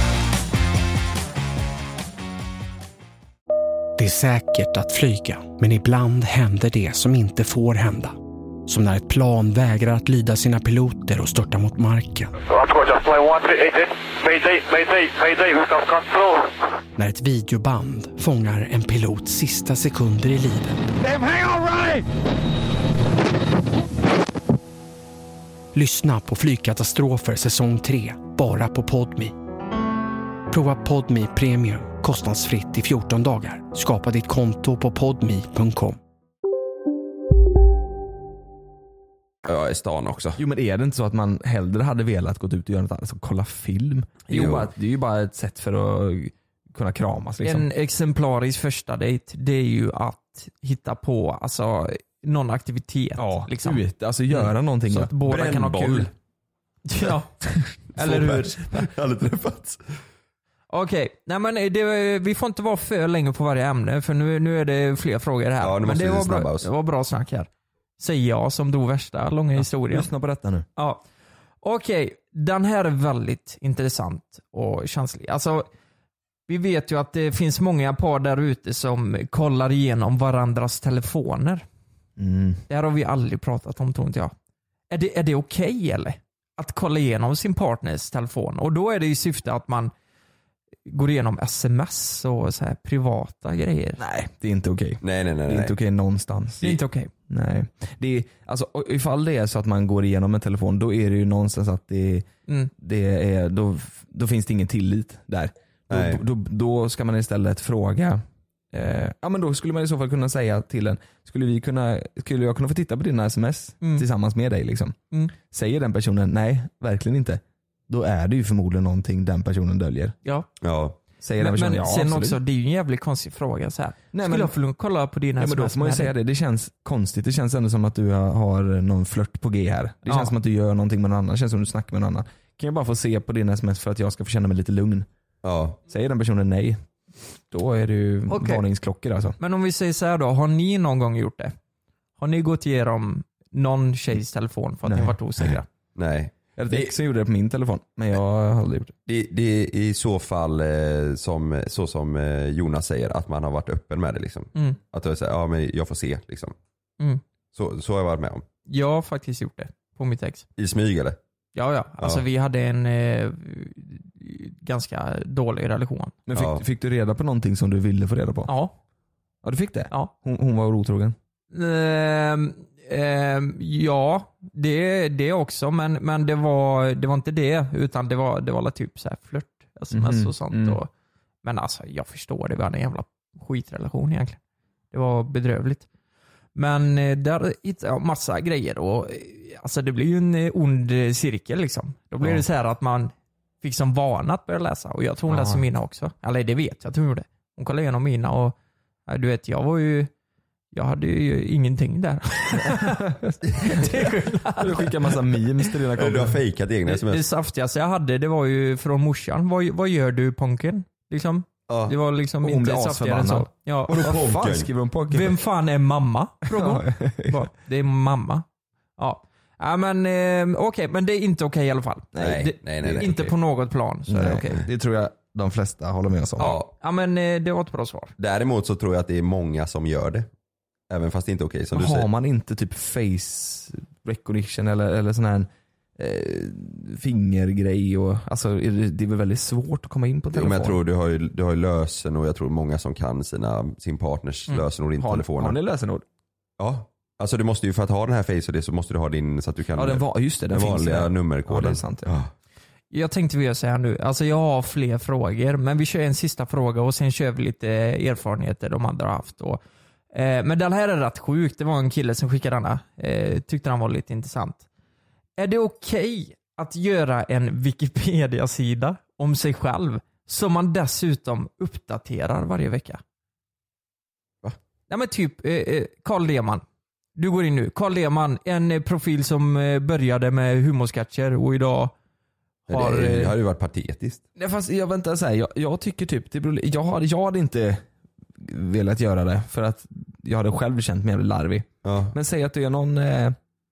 Det är säkert att flyga, men ibland händer det som inte får hända. Som när ett plan vägrar att lyda sina piloter och störtar mot marken. När ett videoband fångar en pilots sista sekunder i livet. Lyssna på Flygkatastrofer säsong tre, bara på Podmi. Prova Podmi Premium kostnadsfritt i fjorton dagar. Skapa ditt konto på podmi punkt com. Ja, i stan också. Jo men är det inte så att man hellre hade velat gå ut och göra något annat, alltså kolla film? Det är, ju bara, det är ju bara ett sätt för att kunna kramas liksom. En exemplarisk första dejt, det är ju att hitta på alltså någon aktivitet. Ja, liksom. Ut, alltså göra mm. någonting. Så att båda Brännboll. Kan ha kul. Ja, eller hur? Jag har aldrig träffats. Okej, nej men det, vi får inte vara för länge på varje ämne för nu, nu är det fler frågor här. Ja, men det var, bra, det var bra snack här. Säger jag som drog värsta långa ja, historien. Lyssna på detta nu. Ja. Okej, den här är väldigt intressant och känslig. Alltså, vi vet ju att det finns många par där ute som kollar igenom varandras telefoner. Mm. Det här har vi aldrig pratat om, tror inte jag. Är det, är det okej okay, eller? Att kolla igenom sin partners telefon. Och då är det i syfte att man går igenom sms och så här privata grejer. Nej, det är inte okej. Okay. Nej, nej, nej. Det är inte okej okay någonstans. Det är inte okej. Okay. Nej. Det är, alltså, ifall det är så att man går igenom en telefon, då är det ju någonstans att det, mm. det är, då, då finns det ingen tillit där. Då, då, då ska man istället fråga, eh, ja men då skulle man i så fall kunna säga till en, skulle, vi kunna, skulle jag kunna få titta på dina sms mm. tillsammans med dig liksom? Mm. Säger den personen, nej, verkligen inte. Då är det ju förmodligen någonting den personen döljer. Ja. Ja. Säger men den personen, men ja, sen absolut. också, det är ju en jävligt konstig fråga så här. Nej, skulle men, jag få kolla på dina ja, men då får man ju säga det. Det känns konstigt. Det känns ändå som att du har någon flört på G här. Det ja. känns som att du gör någonting med någon annan. Det känns som att du snackar med någon annan. Kan jag bara få se på dina sms för att jag ska få känna mig lite lugn? Ja. Säger den personen nej, då är det ju okay. varningsklockor alltså. Men om vi säger så här då, har ni någon gång gjort det? Har ni gått igenom någon tjejs telefon för att Nej. ni varit osäkra. Nej. Jag hade ett ex som gjorde det på min telefon, men jag har aldrig gjort det. Det, det är i så fall eh, som, så som eh, Jonas säger, att man har varit öppen med det liksom. Mm. Att det är så här, ja men jag får se liksom. Mm. Så, så har jag varit med om. Jag har faktiskt gjort det på mitt ex. I smyg eller? Ja, ja. Alltså Ja. vi hade en eh, ganska dålig relation. Men fick, Ja. fick du reda på någonting som du ville få reda på? Ja. Ja, du fick det? Ja. Hon, hon var otrogen? Ehm, ehm, ja, det, det också. Men, men det, var, det var inte det. Utan det var, det var typ så här flört. Sms Mhm. och sånt. Mm. Och, men alltså jag förstår det. Vi hade en jävla skitrelation egentligen. Det var bedrövligt. Men eh, där hittade jag massa grejer. Och, eh, alltså det blir ju en eh, ond eh, cirkel liksom. Då blir Ja. det så här att man fick som vana att börja läsa. Och jag tror hon Ja. läser mina också. Eller det vet jag att hon gjorde. Hon kollade igenom mina och ja, du vet, jag var ju jag hade ju ingenting där. Det är skillnad. Du skickar massa memes till dina Du har kompisar. fejkat egna Det, sms. det saftigaste jag hade, det var ju från morsan. Vad, vad gör du, Ponken? Liksom. Ja. Det var liksom Och hon inte blir saftigare än så. asförbannad. Ja. Vadå Ponken? Vad fan skriver hon Ponken? Vem fan är mamma? Fråga hon. Bara, det är mamma. Ja. Ja men eh, okej, men det är inte okej i alla fall. Nej, det, nej, nej, nej. Inte Okej. på något plan så är det Nej, okej. det tror jag de flesta håller med oss om. Ja. Ja men eh, det var ett bra svar. Däremot så tror jag att det är många som gör det. Även fast det inte är okej som Men du har säger. man inte typ face recognition eller, eller sån här eh, fingergrej och alltså är det, det är väl väldigt svårt att komma in på Jo, telefon. men jag tror du har ju, du har ju lösen och jag tror många som kan sina, sin partners Mm. lösenord i har, telefonen. har ni lösenord? Ja. Alltså du måste ju, för att ha den här face och det så måste du ha din, så att du kan Ja, den var, just det, den, den finns vanliga där. nummerkoden. Ja, det är sant, ja. Jag tänkte vi gör så här nu. Alltså jag har fler frågor, men vi kör en sista fråga och sen kör vi lite erfarenheter de andra har haft. Och, eh, men den här är rätt sjuk. Det var en kille som skickade denna. Eh, tyckte han var lite intressant. Är det okej att göra en Wikipedia-sida om sig själv som man dessutom uppdaterar varje vecka? Va? Ja men typ eh, Carl Lehmann. Du går in nu. Carl Lehmann, en eh, profil som eh, började med humorsketcher och idag har... det, det eh, hade ju varit patetiskt. Nej, fast jag väntar så här, jag, jag tycker typ det beror, jag, hade, jag hade inte velat göra det för att jag hade själv känt mig jävligt larvig. Ja. Men säg att du är någon eh,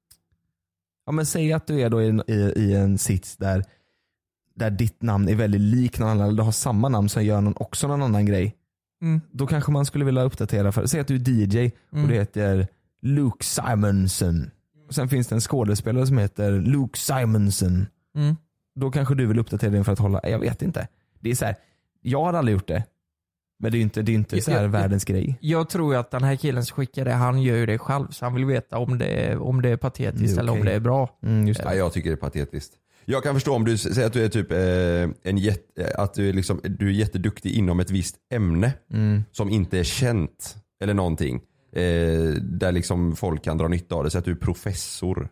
ja men säg att du är då i, i, i en sits där där ditt namn är väldigt lik någon annan, eller du har samma namn som gör någon, också någon annan grej. Mm. Då kanske man skulle vilja uppdatera för, säg att du är D J Mm. och du heter Luke Simonson. Och sen finns det en skådespelare som heter Luke Simonson. Mm. Då kanske du vill uppdatera den för att hålla, jag vet inte. Det är så här, jag har aldrig gjort det. Men det är ju inte, det är inte så här Jag- jag- världens grej. Jag tror ju att den här killen som skickar det, han gör ju det själv. Så han vill veta om det är, om det är patetiskt Det är eller om okej. det är bra. Mm, just det. Ja, jag tycker det är patetiskt. Jag kan förstå om du säger att du är typ eh, en jätte, att du är, liksom, du är jätteduktig inom ett visst ämne Mm. som inte är känt eller någonting. Eh, där liksom folk kan dra nytta av det. Så att du är professor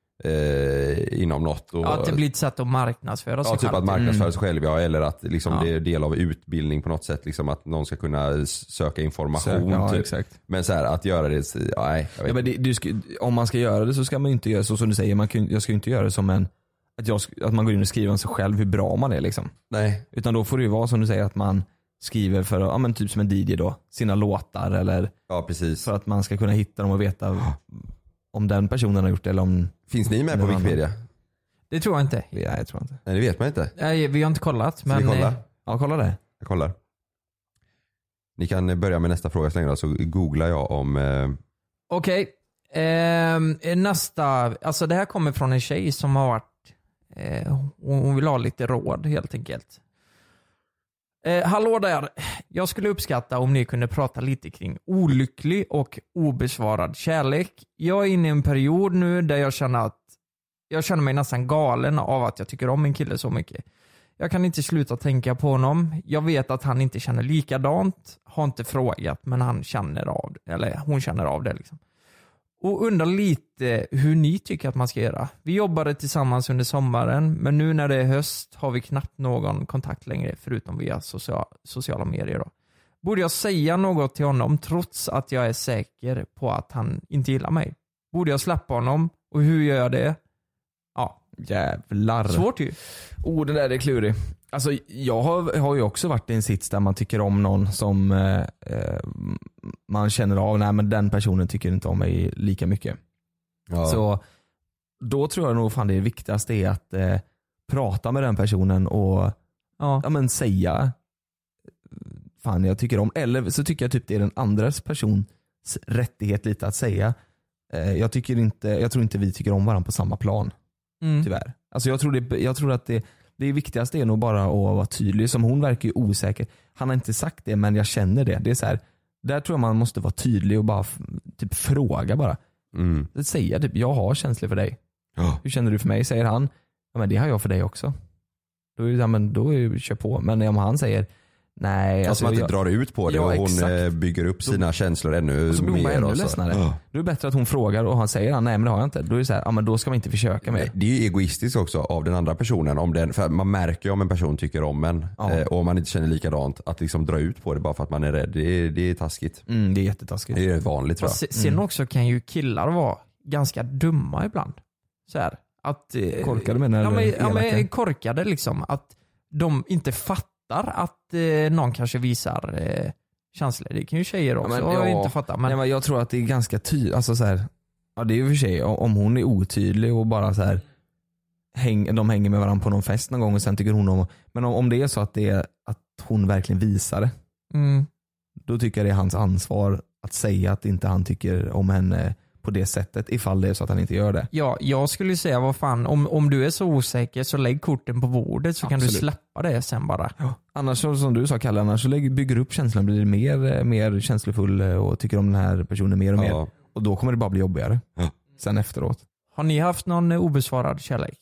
eh, inom något. Och, Ja, att det blir ett sätt att marknadsföra sig ja, typ själv. att marknadsföra sig själv, ja, eller att liksom Ja. det är del av utbildning på något sätt. Liksom att någon ska kunna s- söka information. Sök, ja, typ. exakt. Men så här, att göra det, ja, nej. Jag vet Ja, men det, du ska, om man ska göra det så ska man ju inte göra så som du säger. Man kan, jag ska ju inte göra det som en att, jag, sk- att man går in och skriver om sig själv hur bra man är liksom. Nej. Utan då får det ju vara som du säger att man skriver för, ja men typ som en D J då, sina låtar eller ja, precis. för att man ska kunna hitta dem och veta om den personen har gjort det eller om... Finns ni med på någon Wikipedia? annan. Det tror jag inte. Nej, jag tror inte. Nej, det vet man inte. Nej, vi har inte kollat. Ska Men, vi kolla? eh, Ja, kolla det. Jag kollar. Ni kan börja med nästa fråga så länge då, så googlar jag om... Eh... Okej. Ehm, nästa. Alltså det här kommer från en tjej som har varit... Eh, hon hon vill ha lite råd helt enkelt. Eh, hallå där. Jag skulle uppskatta om ni kunde prata lite kring olycklig och obesvarad kärlek. Jag är inne i en period nu där jag känner att jag känner mig nästan galen av att jag tycker om en kille så mycket. Jag kan inte sluta tänka på honom. Jag vet att han inte känner likadant. Har inte frågat, men han känner av det. Eller hon känner av det liksom. Och undrar lite hur ni tycker att man ska göra. Vi jobbade tillsammans under sommaren, men nu när det är höst har vi knappt någon kontakt längre förutom via social, sociala medier då. Borde jag säga något till honom trots att jag är säker på att han inte gillar mig? Borde jag släppa honom? Och hur gör jag det? Ja. Jävlar. Svårt ju. Oh, det där är klurig. Alltså, jag har, har ju också varit i en sits där man tycker om någon som eh, man känner av, nej men den personen tycker inte om mig lika mycket. Ja. Så då tror jag nog fan det viktigaste är att eh, prata med den personen och ja. Ja, men säga fan jag tycker om. Eller så tycker jag typ det är den andras persons rättighet lite att säga. Eh, jag, tycker inte, jag tror inte vi tycker om varandra på samma plan. Mm. Tyvärr. Alltså jag tror, det, jag tror att det, det viktigaste är nog bara att vara tydlig. Som hon verkar ju osäker. Han har inte sagt det men jag känner det. Det är så här, där tror jag man måste vara tydlig och bara f- typ fråga bara. Mm. Säga typ, jag har känslor för dig. Ja. Hur känner du för mig? Säger han, ja men det har jag för dig också. Då är det, ja, men då är det, kör på. Men om han säger nej. Alltså, alltså man inte jag, drar ut på det ja, och hon exakt. bygger upp sina då, känslor ännu och så blir hon mer. ännu och så. ledsnare. Ja. Då är det bättre att hon frågar och han säger nej men det har jag inte. Då är det så här, ja men då ska man inte försöka med det. Det är ju egoistiskt också av den andra personen. Om den, för man märker ju om en person tycker om en Ja. eh, och om man inte känner likadant. Att liksom dra ut på det bara för att man är rädd. Det är, det är taskigt. Mm, det är jättetaskigt. Det är vanligt tror jag. Se- Sen Mm. också kan ju killar vara ganska dumma ibland. Så här, att, eh, Korkade menar ja, du, men, ja, elaka? men korkade liksom. Att de inte fattar att eh, någon kanske visar eh, känslor. Det kan ju tjejer också Ja, men, ja, inte fatta. Men, nej, men jag tror att det är ganska tydligt. Alltså, så här, ja, det är ju för sig om hon är otydlig och bara så här, häng, de hänger med varandra på någon fest någon gång och sen tycker hon om. Men om, om det är så att, det är, att hon verkligen visar det. mm, Då tycker jag det är hans ansvar att säga att inte han tycker om henne på det sättet ifall det är så att han inte gör det. ja, jag skulle säga vad fan, om, om du är så osäker så lägg korten på bordet så kan Absolut. du släppa det sen bara. Ja. Annars så, som du sa Kalle, annars så lägger, bygger du upp känslan, blir det mer, mer känslofull och tycker om den här personen mer och Ja. mer. Och då kommer det bara bli jobbigare. Ja. Sen efteråt. Har ni haft någon eh, obesvarad kärlek?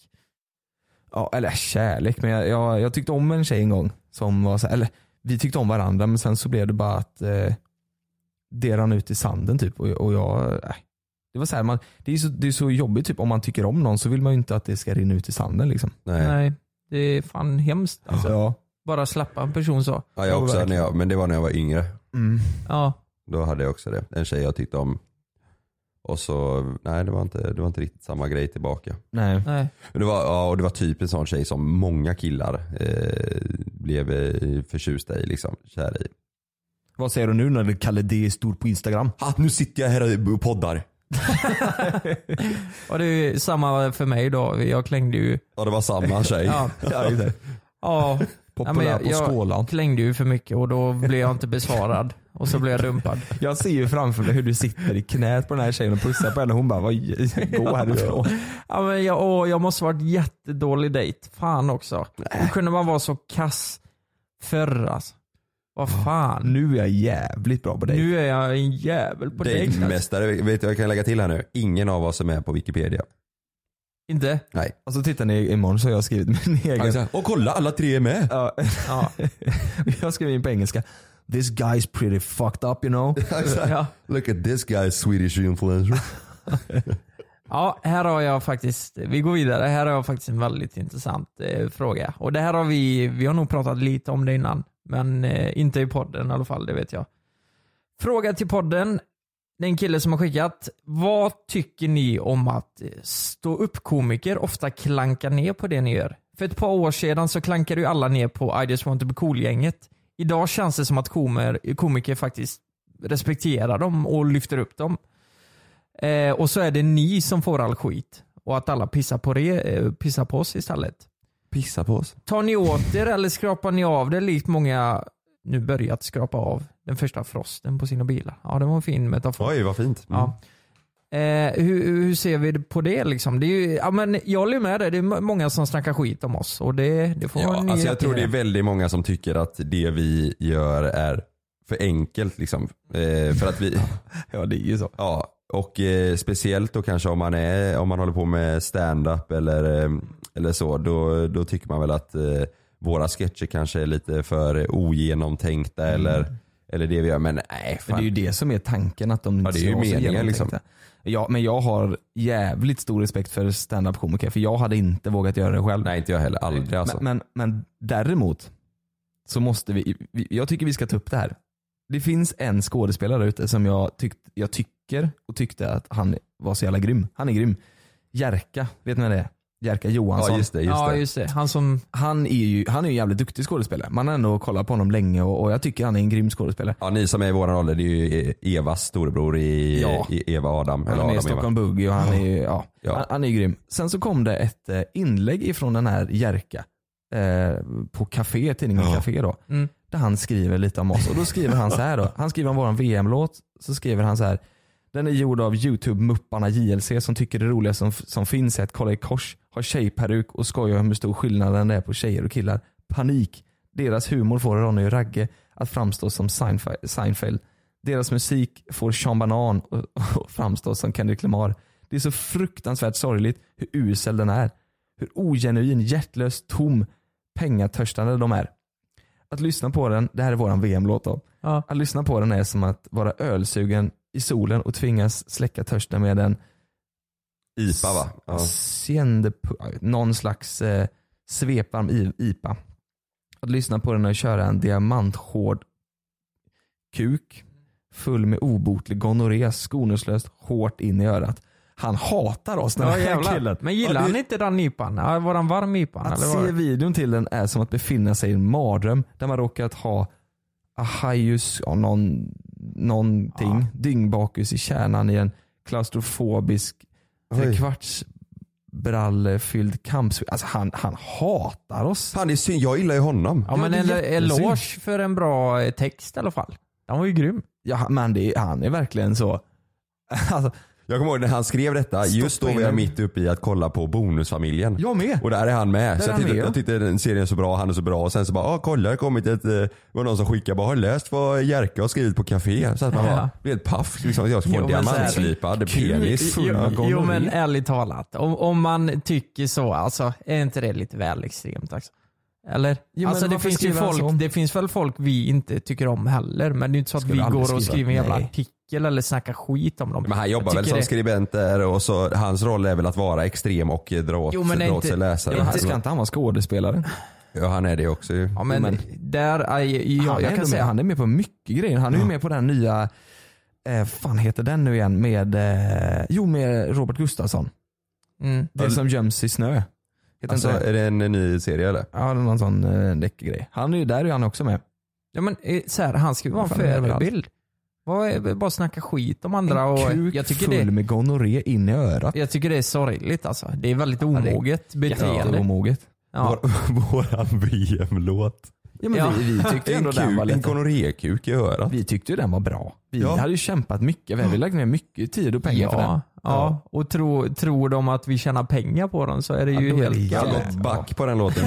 Ja, eller kärlek, men jag, jag, jag tyckte om en tjej en gång som var så här, eller vi tyckte om varandra men sen så blev det bara att eh, det rann ut i sanden typ och, och jag, äh, det var så här, man, det är så, det är så jobbigt typ om man tycker om någon så vill man ju inte att det ska rinna ut i sanden liksom. Nej. Nej, det är fan hemskt alltså. Ja. Bara släppa en person så. Ja, jag också, Ja, när jag, men det var när jag var yngre. Mm. Ja. Då hade jag också det. En tjej jag tyckte om. Och så, nej det var inte, det var inte riktigt samma grej tillbaka. Nej. Nej. Men det var, ja, och det var typ en sån tjej som många killar eh, blev eh, förtjusta i, liksom, kär i. Vad säger du nu när Kalle D är stor på Instagram? Ah, nu sitter jag här och poddar. Och det är samma för mig då. Jag klängde ju. Ja, det var samma tjej. Ja. Ja, det är det. Ja. Populär Ja, men på jag, Skålan. Jag klängde ju för mycket och då blev jag inte besvarad. Och så blev jag dumpad. Jag ser ju framför mig hur du sitter i knät på den här tjejen och pussar på henne och hon bara, vad, gå härifrån. Ja, men jag, åh, jag måste varit jättedålig dejt. Fan också. Hur kunde man vara så kass förr alltså? Vad fan. Nu är jag jävligt bra på dig. Nu är jag en jävel på dejt. Alltså. Dejtmästare, vet du vad jag kan lägga till här nu? Ingen av oss är med på Wikipedia. Inte? Nej. Och så tittar ni imorgon så har jag skrivit min egen. Alltså, och kolla, alla tre är med. Ja. Ja. Jag skrev in på engelska. This guy's pretty fucked up, you know. Ja. Look at this guy, Swedish influencer. Ja, här har jag faktiskt, vi går vidare, här har jag faktiskt en väldigt intressant eh, fråga. Och det här har vi, vi har nog pratat lite om det innan, men eh, inte i podden i alla fall, det vet jag. Fråga till podden, det är en kille som har skickat, vad tycker ni om att stå upp komiker ofta klankar ner på det ni gör? För ett par år sedan så klankade ju alla ner på I just want to be cool-gänget. Idag känns det som att komer, komiker faktiskt respekterar dem och lyfter upp dem. Eh, och så är det ni som får all skit. Och att alla pissar på, det, eh, pissar på oss istället. Pissa på oss. Tar ni åt er eller skrapar ni av det likt många nu börjat skrapa av den första frosten på sina bilar? Ja, det var en fin metafor. Oj, vad fint. Mm. Ja. Eh, hur, hur ser vi på det liksom? Det är ju, ja, men jag håller med dig, det är många som snackar skit om oss. Och det, det får Ja, ni alltså jag rätt tror i. det är väldigt många som tycker att det vi gör är för enkelt liksom. Eh, för att vi... Ja, det är ju så. Ja, och eh, speciellt då kanske om man, är, om man håller på med stand-up eller, eh, eller så, då, då tycker man väl att eh, våra sketcher kanske är lite för ogenomtänkta Mm. eller, eller det vi gör. Men nej, fan. Men det är ju det som är tanken, att de Ja, det är ju ska vara så meningen, genomtänkta. Ja, men jag har jävligt stor respekt för stand-up komiker, för jag hade inte vågat göra det själv. Nej, inte jag heller. Aldrig alltså. Men, men, men däremot så måste vi, vi, jag tycker vi ska ta upp det här. Det finns en skådespelare där ute som jag, tyckt, jag tycker och tyckte att han var så jävla grym. Han är grym. Jerka, vet ni vad det är? Jerka Johansson. Ja just det, just ja det. just det. Han som... Han är ju han är ju en jävligt duktig skådespelare. Man har ändå kollat på honom länge och, och jag tycker han är en grym skådespelare. Ja, ni som är i våran ålder, det är ju Evas storebror i, Ja. i Eva Adam. Eller Han är Adam Stockholm Eva. Boogie och han är ju, ja, Ja. Han, han är ju grym. Sen så kom det ett eh, inlägg ifrån den här Jerka eh, på Café, tidningen Ja. Café då. Mm. Där han skriver lite om oss och då skriver han så här då. Han skriver om våran V M-låt, så skriver han så här: den är gjord av YouTube-mupparna J L C som tycker det roliga som, som finns är att kolla i kors, ha tjejperuk och skoja om hur stor skillnaden är på tjejer och killar. Panik. Deras humor får Ronny och Ragge att framstå som Seinfeld. Seinfeld. Deras musik får Sean Banan och, och framstå som Kendrick Lamar. Det är så fruktansvärt sorgligt hur usel den är. Hur ogenuin, hjärtlös, tom, pengatörstande de är. Att lyssna på den, det här är våran V M-låt då. Ja. Att lyssna på den är som att vara ölsugen i solen och tvingas släcka törsten med en I P A va? Ja. Siende, någon slags eh, svepvarm I- I P A. Att lyssna på den och köra en diamanthård kuk full med obotlig gonorré skoningslöst hårt in i örat. Han hatar oss den Ja, här jävlar. killen. Men gillar Ja, det- han inte den nypan? Ja, var han varm nypan? Att eller var se det? videon till den är som att befinna sig i en mardröm där man råkat ha ahajus, ja, någon, någonting, Ja. dyngbakus i kärnan i en klaustrofobisk kvartsbrallefylld kamp. Alltså han, han hatar oss. Han är synd, jag gillar ju honom. Ja, men det är en jättesynd. eloge för en bra eh, text i alla fall. Den var ju grym. Ja, men det, han är verkligen så. Alltså, Jag kommer ihåg när han skrev detta, just då in var jag en- mitt uppe i att kolla på Bonusfamiljen. Jag med. Och där är han med. Där Så är jag han tyckte, med, ja. jag tyckte den serien är så bra, han är så bra. Och sen så bara, ah, kolla det har kommit ett, eh, det var någon som skickade bara, har läst vad Jerka har skrivit på Café. Så att man Ja. bara, blev helt paff. Liksom, jag ska få Jo, en men så här- diamantslipad penis. Jo, av jo gonorré. men ärligt talat, om, om man tycker så, alltså är inte det lite väl extremt alltså? Eller? Jo, alltså men det varför finns ju skriver han så? folk, det finns väl folk vi inte tycker om heller, men det är inte så att Skulle vi aldrig går och skriva. skriver en jävla Nej. artikel eller snackar skit om dem. Men han jobbar Jag väl tycker som det- skribent där och så hans roll är väl att vara extrem och dra åt, Jo, men dra är åt inte- sig läsare. Ja, han ska inte han vara skådespelare? Ja, han är det också ju. Ja men, men- där, jag, jag, han, är jag ändå kan säga, med, han är med på mycket grejer. Han är ju med på den nya, eh, fan heter den nu igen, med, eh, jo med Robert Gustafsson. mm. Det som göms i snö. Heter Alltså, inte det? är det en ny serie eller? Ja, det är någon sån eh, läckergrej. Han är ju där är han också med. ja men eh, så här, han ska ju vara en Fan, det är överallt. förebild. Vad är, bara snacka skit om andra och Kuk jag tycker full det, med gonorré in i örat. jag tycker det är sorgligt alltså. Det är väldigt omoget beteende. Jätteomoget. Ja. Våran V M-låt. Ja, men Ja. vi, vi tyckte En, ändå den var kuk, en lite... gonorrékuk i örat. Vi tyckte ju den var bra. Vi Ja. hade ju kämpat mycket. Vi hade lagt ner mycket tid och pengar för den. Ja, ja. och tro, tror de att vi tjänar pengar på den så är det Ja, ju då är helt det Jag har galet. gått back på den låten.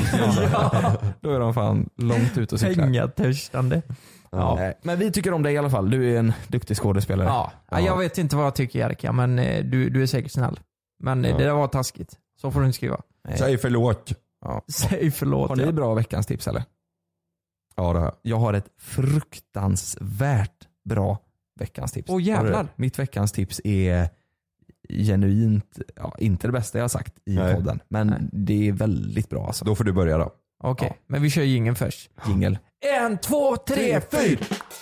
Då är de fan långt ut och cyklar. Pengatörstande. Ja. Nej, men vi tycker om dig i alla fall. Du är en duktig skådespelare. Ja. Ja, jag vet inte vad jag tycker Jerka, men eh, du, du är säkert snäll. Men eh, Ja. det där var taskigt. Så får du inte skriva. Nej. Säg förlåt. Ja. Säg förlåt. Har ni ja. bra veckans tips eller? Ja det här. Jag har ett fruktansvärt bra veckans tips. Åh, jävlar. Har du det? Mitt veckans tips är genuint, ja, inte det bästa jag har sagt i Nej. podden. Men Nej. det är väldigt bra alltså. Då får du börja då. Okej, Ja. men vi kör jingeln först. Jingel. En, två, tre, fyra!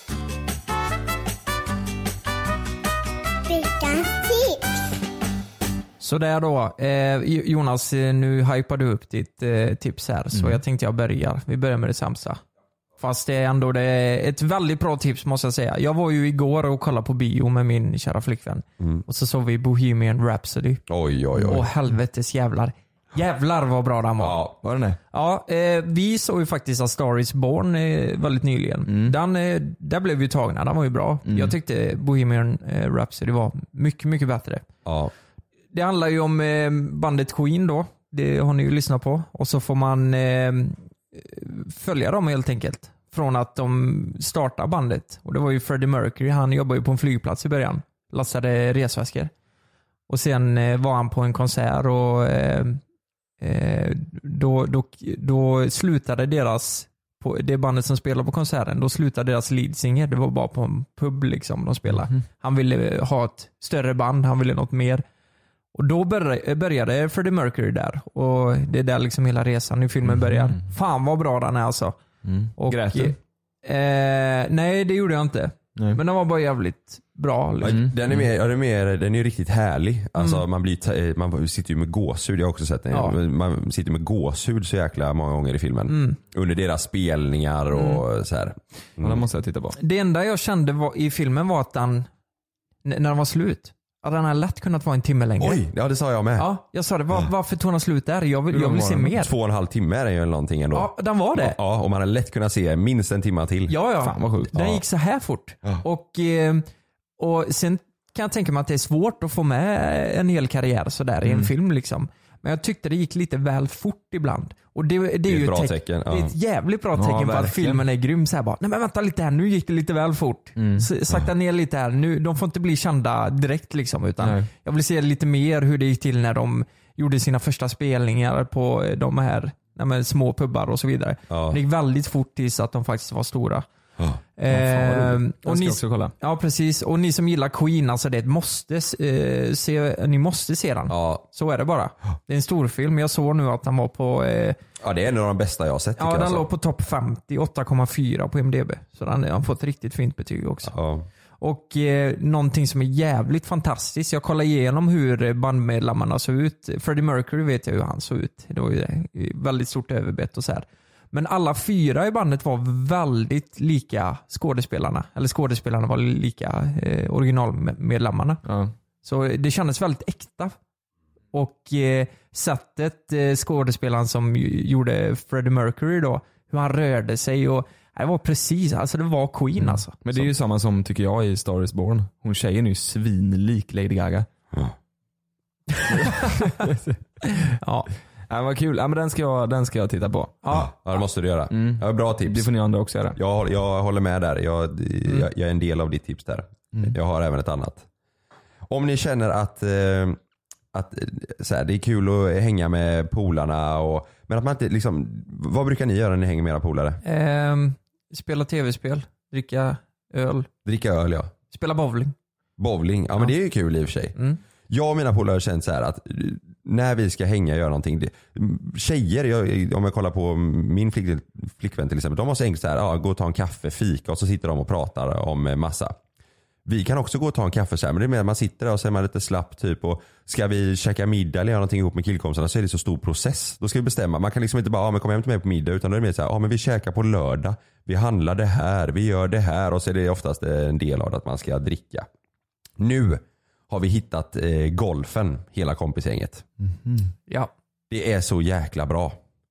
Så där då. Eh, Jonas, eh, nu hypar du upp ditt eh, tips här, så Mm. jag tänkte jag börjar. Vi börjar med det sämsta. Fast det är ändå det är ett väldigt bra tips måste jag säga. Jag var ju igår och kollade på bio med min kära flickvän. Mm. Och så såg vi Bohemian Rhapsody. Oj oj oj. Åh helvetes jävlar. Jävlar vad bra den var. Ja. Var den det? Ja, eh, vi såg ju faktiskt A Star Is Born eh, väldigt nyligen. Mm. Den, eh, där blev vi tagna, den var ju bra. Mm. Jag tyckte Bohemian eh, Rhapsody var mycket, mycket bättre. Ja. Det handlar ju om eh, bandet Queen då. Det har ni ju lyssnat på. Och så får man eh, följa dem helt enkelt. Från att de startar bandet. Och det var ju Freddie Mercury, han jobbade ju på en flygplats i början. Lastade resväskor. Och sen eh, var han på en konsert och eh, eh, då, då, då slutade deras, på det bandet som spelade på konserten, då slutade deras leadsinger. Det var bara på en pub liksom de spelade. Mhm. Han ville ha ett större band, han ville något mer. Och då började, började Freddie Mercury där. Och det är där liksom hela resan i filmen börjar. Fan vad bra den är alltså. Mm. Och, Grät du? eh, nej, det gjorde jag inte. Nej. Men den var bara jävligt bra. Liksom. Ja, den är mer, ja, den är mer, den är ju riktigt härlig. Alltså mm. man blir man sitter ju med gåshud. Jag har också sett den. Ja. Man sitter med gåshud så jäkla många gånger i filmen. Mm. Under deras spelningar och mm. så här. Mm. Ja, det måste jag titta på. Det enda jag kände var, i filmen var att den, när den var slut, att den hade lätt kunnat vara en timme längre. Oj, ja det sa jag med. Ja, jag sa det. Var, varför tog den slut där? Jag vill, jag vill se mer. Två och en halv timme är det ju någonting ändå. Ja, den var det. Ja, och man hade lätt kunnat se minst en timme till. Ja, ja. Fan vad sjukt. Den ja. gick så här fort. Ja. Och, och sen kan jag tänka mig att det är svårt att få med en hel karriär så där mm. i en film liksom. Men jag tyckte det gick lite väl fort ibland. Och det, det, är, det är ju ett bra tecken. tecken. Ja. Det är ett jävligt bra tecken ja, på att filmen är grym. Så här bara, nej men vänta lite här, nu gick det lite väl fort. Mm. Sakta ja. ner lite här. Nu, de får inte bli kända direkt liksom. Utan nej. jag vill se lite mer hur det gick till när de gjorde sina första spelningar på de här nej men, små pubbar och så vidare. Ja. Det gick väldigt fort tills att de faktiskt var stora. Oh. Eh, och ni, också kolla. Ja precis, och ni som gillar Queen, alltså det måste eh, se, ni måste se den. Ja. Så är det bara. Det är en stor film. Jag såg nu att den var på eh, ja, det är en av de bästa jag har sett. Ja, den alltså. låg på topp femtio, åtta komma fyra på I M D B. Så den har fått riktigt fint betyg också. Ja. Och eh, någonting som är jävligt fantastiskt. Jag kollade igenom hur bandmedlemmarna såg ut. Freddie Mercury vet jag hur han såg ut. Det var ju väldigt stort överbett och så här. Men alla fyra i bandet var väldigt lika skådespelarna. Eller skådespelarna var lika eh, originalmedlemmarna. Ja. Så det kändes väldigt äkta. Och eh, sättet eh, skådespelaren som gjorde Freddie Mercury då, hur han rörde sig och det var precis, alltså det var Queen mm. alltså. Men det är ju samma som tycker jag i Star is Born. Hon tjejen är ju svinlik Lady Gaga. Ja. ja. Ja, vad kul. Ja, men den ska jag, den ska jag titta på. Ja, ja det måste du göra. Mm. Ja, bra tips. Det får ni andra också göra. Jag, jag håller med där. Jag, mm. jag, jag är en del av ditt tips där. Mm. Jag har även ett annat. Om ni känner att, eh, att så här, det är kul att hänga med polarna och, men att man inte liksom, vad brukar ni göra när ni hänger med era polare? Eh, spela tv-spel, dricka öl. Dricka öl, ja. Spela bowling. Bowling, ja, ja. Men det är ju kul i och för sig. Mm. Jag och mina polare har känt så här att när vi ska hänga och göra någonting, det, tjejer, jag, om jag kollar på min flick, flickvän till exempel, de har så enkelt så här, ja, gå och ta en kaffe, fika och så sitter de och pratar om massa. Vi kan också gå och ta en kaffe så här, men det är mer att man sitter där och så är man lite slapp typ och ska vi käka middag eller göra någonting ihop med killkompisarna så är det så stor process. Då ska vi bestämma, man kan liksom inte bara, ja men kom hem till mig på middag, utan då är det mer så här, ja men vi käkar på lördag, vi handlar det här, vi gör det här och så är det oftast en del av det att man ska dricka. Nu har vi hittat eh, golfen, hela kompisgänget. Mm-hmm. Ja. Det är så jäkla bra.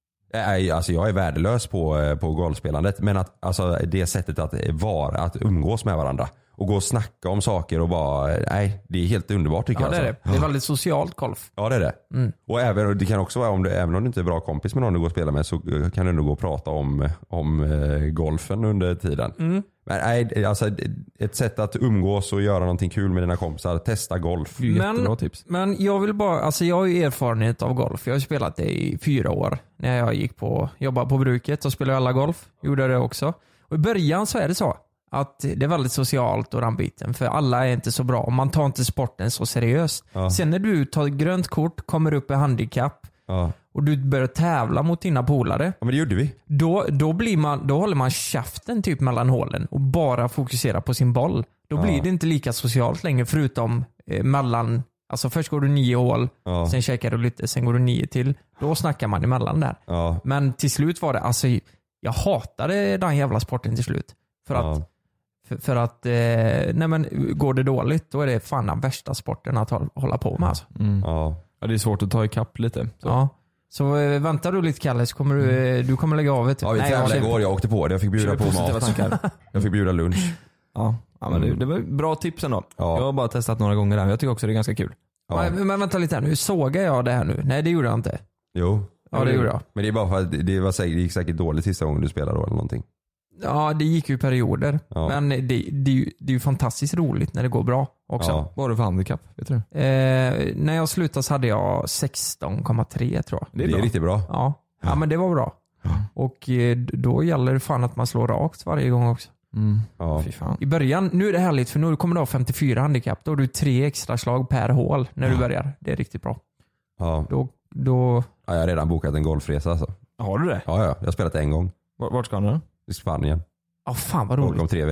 Äh, alltså jag är värdelös på, på golfspelandet, men att, alltså, det sättet att vara, att umgås med varandra och gå och snacka om saker och bara, nej, det är helt underbart tycker ja, jag. Det är, alltså. det. det är väldigt socialt golf. Ja, det är det. Mm. Och även, det kan också vara, om du, även om du inte är bra kompis med någon du går och spelar med så kan du ändå gå och prata om, om eh, golfen under tiden. Mm. Men nej, alltså ett sätt att umgås och göra någonting kul med dina kompisar, testa golf. Men, tips. Men jag vill bara, alltså jag har ju erfarenhet av golf. Jag har spelat det i fyra år när jag gick på, jobbade på bruket och spelade alla golf. Gjorde det också. Och i början så är det så att det är väldigt socialt och den biten, för alla är inte så bra. Man tar inte sporten så seriöst. Ja. Sen när du tar grönt kort, kommer upp i handikapp ja. och du börjar tävla mot dina polare. Ja, men det gjorde vi. Då, då, blir man, då håller man käften typ mellan hålen och bara fokuserar på sin boll. Då ja. blir det inte lika socialt längre, förutom eh, mellan, alltså först går du nio hål, ja. sen checkar du lite, sen går du nio till. Då snackar man emellan där. Ja. Men till slut var det, alltså jag hatade den jävla sporten till slut. För att ja. För, för att, eh, nej men går det dåligt, då är det fan den värsta sporten att hålla på med alltså. Mm. Ja. Ja, det är svårt att ta ikapp lite. Så. Ja. Så eh, väntar du lite Kalle så kommer du, mm. du kommer lägga av det. Ja, vi tävlade igår, jag åkte på det. Jag fick bjuda på mat. Jag fick bjuda lunch. Ja, ja men det, det var bra tips ändå. Ja. Jag har bara testat några gånger där. Jag tycker också det är ganska kul. Ja. Men, men vänta lite här nu, sågar jag det här nu? Nej, det gjorde jag inte. Jo. Ja, det gjorde jag. Men det är bara för att det, var säkert, det gick säkert dåligt sista gången du spelade då eller någonting. Ja, det gick ju i perioder. Ja. Men det, det, är ju, det är ju fantastiskt roligt när det går bra också. Ja. Vad har du för handikapp? Vet du? Eh, när jag slutade så hade jag sexton komma tre tror jag. Det är, det är riktigt bra. Ja. Ja. ja, men det var bra. Ja. Och eh, då gäller det fan att man slår rakt varje gång också. Mm. Ja. Fy fan. I början, nu är det härligt för nu kommer du ha femtiofyra handikapp. Då har du tre extra slag per hål när du ja. börjar. Det är riktigt bra. Ja. Då, då... Ja, jag har redan bokat en golfresa alltså. Har du det? Ja, ja. Jag har spelat en gång. Vart ska du då? I Spanien. Ja, fan vad roligt. Och om tre veckor.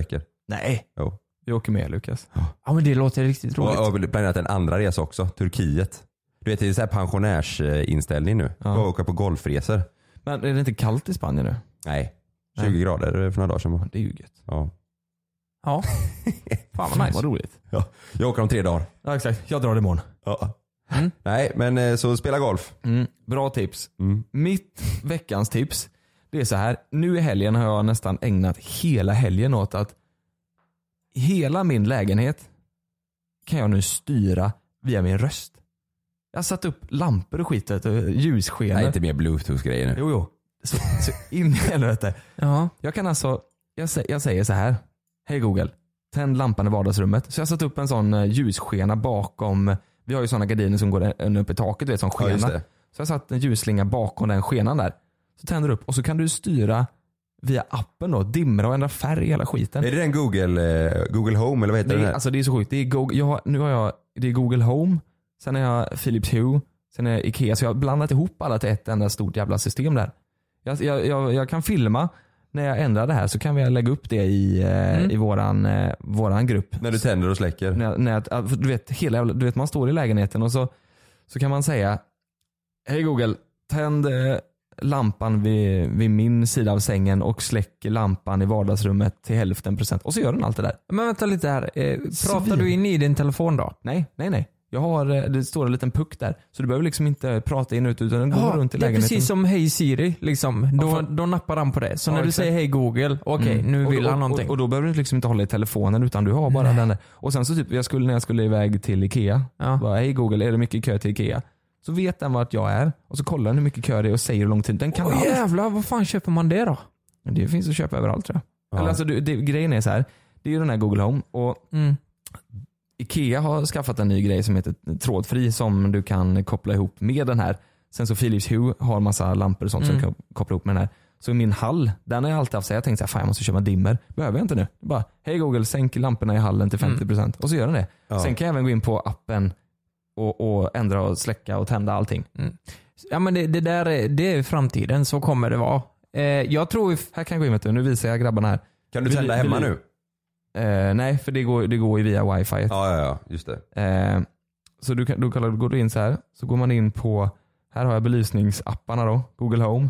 Nej. Jo. Vi åker med Lukas. Ja men det låter riktigt roligt. Och jag har planerat en andra resa också, Turkiet. Du vet det är så här pensionärsinställning nu. Ja. Jag åker på golfresor. Men är det inte kallt i Spanien nu? Nej, tjugo Nej. grader för några dagar sedan. Det är ju gött. Ja. Ja. Fan vad nice. Vad roligt. Ja. Jag åker om tre dagar. Ja exakt, jag drar imorgon. Ja. Mm. Nej men så spela golf. Mm. Bra tips. Mm. Mitt veckans tips, det är så här. Nu i helgen har jag nästan ägnat hela helgen åt att hela min lägenhet kan jag nu styra via min röst. Jag har satt upp lampor och skitet och ljusskenor. Nej, inte mer bluetooth-grejer nu. Jo, jo. Så, så in i helvete. Ja. Jag kan alltså, jag, jag säger så här. Hej Google, tänd lampan i vardagsrummet. Så jag har satt upp en sån ljusskena bakom. Vi har ju såna gardiner som går upp i taket, du vet, som skena. Ja, så jag har satt en ljusslinga bakom den skenan där. Så tänder du upp och så kan du styra via appen då, dimra och ändra färg i hela skiten. Är det den Google, eh, Google Home eller vad heter det? Den här? Alltså det är så sjukt. Det är Google, jag har, nu har jag, det är Google Home, sen har jag Philips Hue, sen är jag Ikea. Så jag har blandat ihop alla till ett enda stort jävla system där. Jag, jag, jag, jag kan filma när jag ändrar det här, så kan vi lägga upp det i, mm. i våran, eh, våran grupp. När du tänder och släcker? När, när, du, vet, hela, du vet man står i lägenheten och så, så kan man säga: hej Google, tänd eh, lampan vid, vid min sida av sängen och släcker lampan i vardagsrummet till hälften procent. Och så gör den allt det där. Men vänta lite här. Eh, pratar Svin. du in i din telefon då? Nej, nej, nej. Jag har, det står en liten puck där. Så du behöver liksom inte prata in och ut, utan den går ja, runt i det är lägenheten. precis som Hej Siri. Liksom. Då, ja, för... då nappar han på det. Så ja, när du exakt. säger Hej Google, okej, okay, mm. nu vill och, han och, någonting. Och, och då behöver du liksom inte hålla i telefonen, utan du har bara nej. den där. Och sen så typ, jag skulle, när jag skulle iväg till Ikea, ja. bara, hej Google, är det mycket kö till Ikea? Så vet den vart jag är. Och så kollar den hur mycket kö det är och säger hur lång tid. Den kan Åh jävlar, vad fan köper man det då? Det finns att köpa överallt tror jag. Ja. Eller alltså, det, det, grejen är så här. Det är ju den här Google Home. Och mm. Ikea har skaffat en ny grej som heter trådfri, som du kan koppla ihop med den här. Sen så Philips Hue har massa lampor och sånt mm. som du kan koppla ihop med den här. Så min hall, den har jag alltid haft så jag tänkte så här, fan jag måste köpa dimmer. Behöver jag inte nu. Bara, hej Google, sänk lamporna i hallen till femtio procent. Mm. Och så gör den det. Ja. Sen kan jag även gå in på appen och, och ändra och släcka och tända allting. Mm. Ja men det, det där är, det är framtiden, så kommer det vara. Eh, jag tror... Här kan jag gå in med det, nu visar jag grabbarna här. Kan du tända hemma nu? Eh, nej, för det går, det går ju via wifi. Ja, ja, ja, just det. Eh, så du kan, då går du in så här. Så går man in på, här har jag belysningsapparna då, Google Home.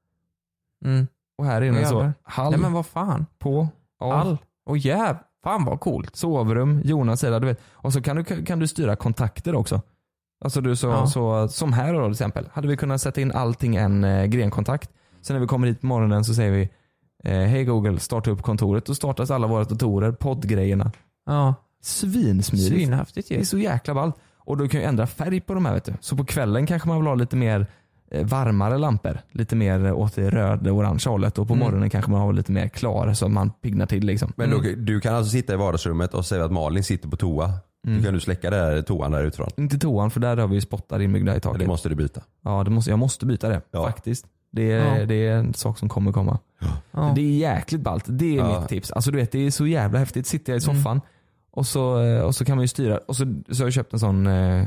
Mm. Och här inne så, hall. Nej men vad fan. På, av. All. Och jäv. Fan vad coolt. Sovrum, Jonas sida, du vet. Och så kan du, kan du styra kontakter också. Alltså du så, ja. så som här då till exempel. Hade vi kunnat sätta in allting en eh, grenkontakt. Sen när vi kommer hit på morgonen så säger vi eh, hej Google, starta upp kontoret. Då startas alla våra datorer, poddgrejerna. Ja. Svinsmidigt. Svinhäftigt ju. Det är så jäkla ballt. Och du kan ju ändra färg på de här vet du. Så på kvällen kanske man vill ha lite mer eh, varmare lampor. Lite mer åt det röda orange hållet. Och på mm. morgonen kanske man har lite mer klar så man piggnar till liksom. Men då, du kan alltså sitta i vardagsrummet och säga att Malin sitter på toa. Mm. Då kan du släcka där toan där utifrån. Inte toan, för där har vi ju spottar inbyggda i taket. Det måste du byta. Ja, det måste, jag måste byta det ja. faktiskt. Det är, ja. det är en sak som kommer komma. Ja. Det är jäkligt ballt. Det är ja. mitt tips. Alltså du vet, det är så jävla häftigt. Sitter jag i soffan mm. och, så, och så kan man ju styra. Och så, så har jag köpt en sån eh,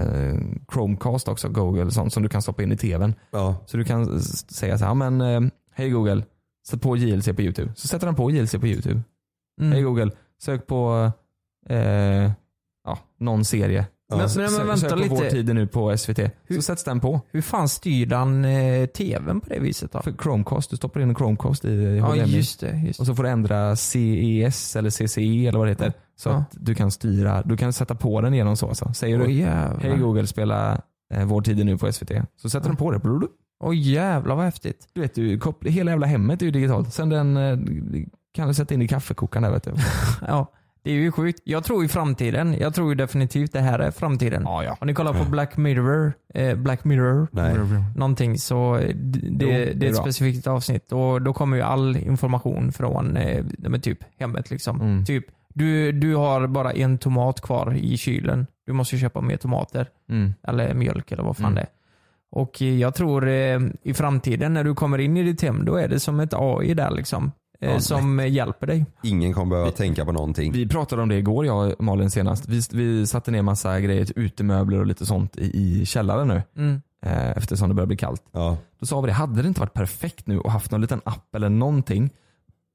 Chromecast också, Google, sånt som du kan stoppa in i tvn. Ja. Så du kan säga så här, men eh, hej Google, sätt på J L C på YouTube. Så sätter den på J L C på YouTube. Mm. Hej Google, sök på eh, ja, någon serie. Men, men, men, men vänta sök på lite. Vår tid nu på S V T. Hur, så sätts den på. Hur fan styr den eh, tvn på det viset då? För Chromecast, du stoppar in en Chromecast i H D M I. Ja, just det, just det. Och så får du ändra C E S eller C C E eller vad det heter. Så ja. att du kan styra, du kan sätta på den genom så. Alltså. Säger oh, du, jävlar. hej Google, spela eh, Vår tid nu på S V T. Så sätter ja. den på det. Åh oh, jävlar vad häftigt. Du vet, du, koppla, hela jävla hemmet är ju digitalt. Sen den eh, kan du sätta in i kaffekokaren där vet du. Ja. Det är ju sjukt. Jag tror i framtiden. Jag tror ju definitivt det här är framtiden. Ja, ja. Om ni kollar på Black Mirror, eh, Black Mirror, Nej. någonting så det, det, jo, det är ett specifikt avsnitt och då kommer ju all information från eh, typ hemmet liksom. Mm. Typ du, du har bara en tomat kvar i kylen. Du måste köpa mer tomater mm. eller mjölk eller vad fan mm. det är. Och jag tror eh, i framtiden när du kommer in i ditt hem då är det som ett A I där liksom. Ja, som nej. hjälper dig. Ingen kommer behöva vi, tänka på någonting. Vi pratade om det igår, jag och Malin senast. Vi, vi satte ner massa grejer, utemöbler och lite sånt i, i källaren nu. Mm. Eh, eftersom det börjar bli kallt. Ja. Då sa vi det, hade det inte varit perfekt nu och haft någon liten app eller någonting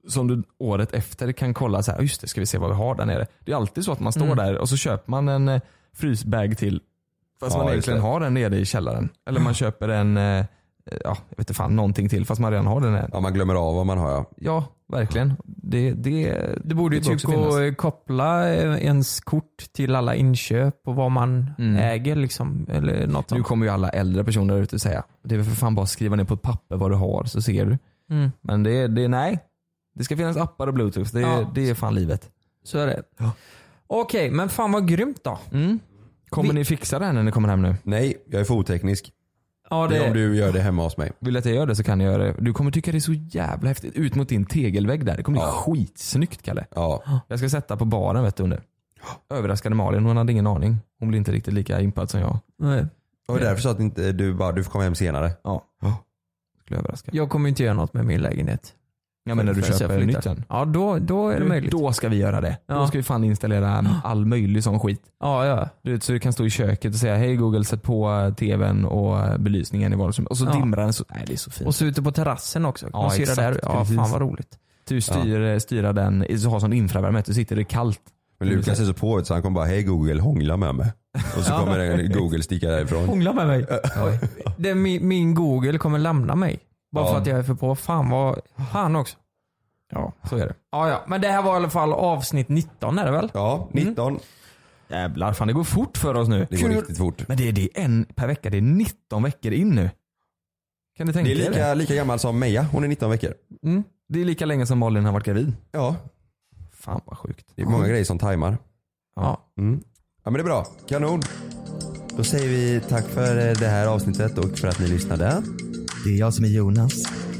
som du året efter kan kolla så här, just det, ska vi se vad vi har där nere. Det är alltid så att man står Mm. där och så köper man en eh, frysbag till fast Ja, man just egentligen det. har den nere i källaren. Eller man köper en, eh, ja, jag vet inte fan, någonting till fast man redan har den här. Ja, man glömmer av vad man har, ja. Ja, verkligen. Det, det, Det borde ju det bör typ också gå finnas. att koppla eh, ens kort till alla inköp och vad man Mm. äger liksom. Eller något Nu sånt. kommer ju alla äldre personer där ute och säga, det är väl för fan bara att skriva ner på ett papper vad du har så ser du. Mm. Men det är, det är nej. Det ska finnas appar och bluetooth. Det är, Ja. det är fan livet. Så är det. Ja. Okej, men fan vad grymt då. Mm. Kommer Vi- ni fixa det här när ni kommer hem nu? Nej, jag är för oteknisk. Ja, Det är om det, du gör det hemma hos mig. Vill du att jag gör det så kan jag göra det. Du kommer tycka det är så jävla häftigt. Ut mot din tegelvägg där. Det kommer bli Ja. skitsnyggt, Kalle. Ja. Jag ska sätta på baren vet du under. Överraskade Malin, hon hade ingen aning. Hon blir inte riktigt lika impad som jag. nej. Och det är därför så att inte, du bara, du får komma hem senare. Ja. Skulle överraska. Jag kommer inte göra något med min lägenhet. Ja, men när du Förrän jag köper flyttar. nytt sen. Ja, då, då är det möjligt. Då ska vi göra det. Ja. Då ska vi fan installera all möjlig sån skit. Ja, ja. Du vet, så du kan stå i köket och säga hej Google, sätt på tvn och belysningen i vardagsrummet. Och så Ja. dimrar den så. Nej, det är så fint. Och så ute på terrassen också. Kan Ja, man styra exakt, där. Ja, precis. fan vad roligt. Du styr, styra den, så har sån infravärme, du sitter det kallt. Men Lukas är så på så han kommer bara, hej Google, hångla med mig. Och så Ja. kommer en Google sticka därifrån. Hångla med mig. Det, min, min Google kommer lämna mig. Bara Ja. för att jag är för på. Fan vad... Fan också. Ja, så är det. Ja, ja. Men det här var i alla fall avsnitt nitton är det väl? Ja, nitton. Jävlar, fan det går fort för oss nu. Det går riktigt fort. Men det är, det är en per vecka, det är nitton veckor in nu. Kan du tänka Det är dig lika, det? lika gammal som Meja, hon är nitton veckor. Mm. Det är lika länge som Malin har varit gravid. Ja. Fan vad sjukt. Det är många grejer som tajmar. Ja. Mm. Ja men det är bra, kanon. Då säger vi tack för det här avsnittet och för att ni lyssnade. Det är jag som är Jonas.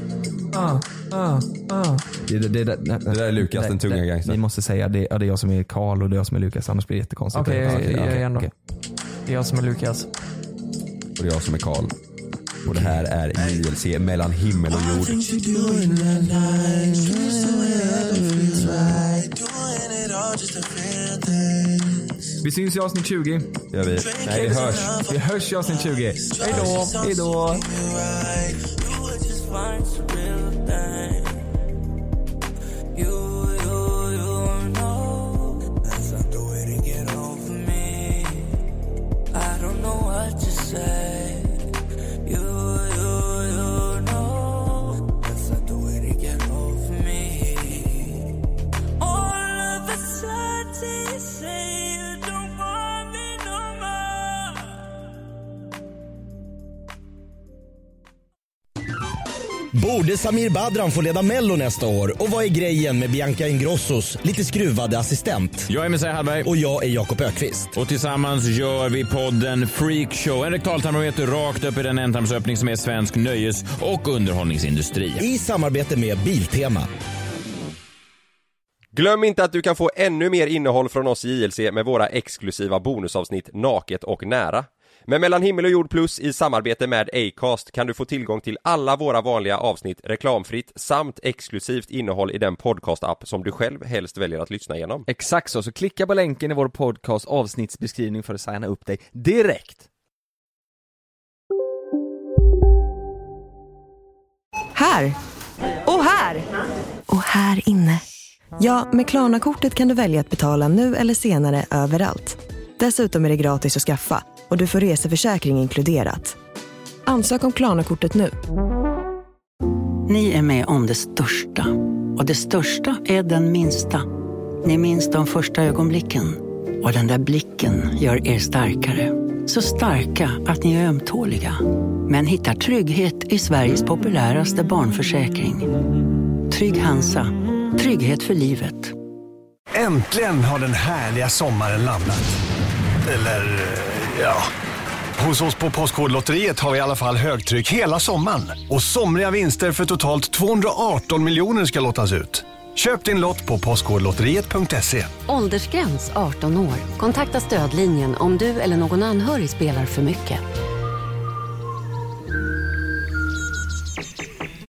Ah, ah, ah. Det, det, det, det, Det där är Lukas, den tunga gangstern. Ni måste säga det, ja, det är jag som är Karl och det är jag som är Lukas, annars blir det jättekonstigt. Okej, jag, Okej, jag, jag okej, är ändå. okej. Det är jag som är Lukas. Och det är jag som är Karl. Och det här är I L C mellan himmel och jord. Vi syns i avsnitt tjugo. Gör vi. Nej, vi hörs. Vi hörs i avsnitt tjugo. Hej då. Hej då. Borde Samir Badran få leda Mello nästa år? Och vad är grejen med Bianca Ingrossos lite skruvade assistent? Jag är Messiah Hallberg. Och jag är Jakob Ökvist. Och tillsammans gör vi podden Freak Show. En rektaltarmometer rakt upp i den ändtarmsöppning som är svensk nöjes- och underhållningsindustri. I samarbete med Biltema. Glöm inte att du kan få ännu mer innehåll från oss i J L C med våra exklusiva bonusavsnitt Naket och nära. Men mellan himmel och jord plus i samarbete med Acast kan du få tillgång till alla våra vanliga avsnitt reklamfritt samt exklusivt innehåll i den podcast-app som du själv helst väljer att lyssna igenom. Exakt så, så klicka på länken i vår podcast avsnittsbeskrivning för att signa upp dig direkt. Här! Och här! Och här inne. Ja, med Klarna-kortet kan du välja att betala nu eller senare överallt. Dessutom är det gratis att skaffa och du får reseförsäkring inkluderat. Ansök om Klarna-kortet nu. Ni är med om det största. Och det största är den minsta. Ni minns de första ögonblicken. Och den där blicken gör er starkare. Så starka att ni är ömtåliga. Men hittar trygghet i Sveriges populäraste barnförsäkring. Trygg Hansa. Trygghet för livet. Äntligen har den härliga sommaren landat. Eller, ja... Hos oss på Postkodlotteriet har vi i alla fall högtryck hela sommaren. Och somriga vinster för totalt tvåhundraarton miljoner ska lottas ut. Köp din lott på postkodlotteriet punkt se. Åldersgräns arton år. Kontakta stödlinjen om du eller någon anhörig spelar för mycket.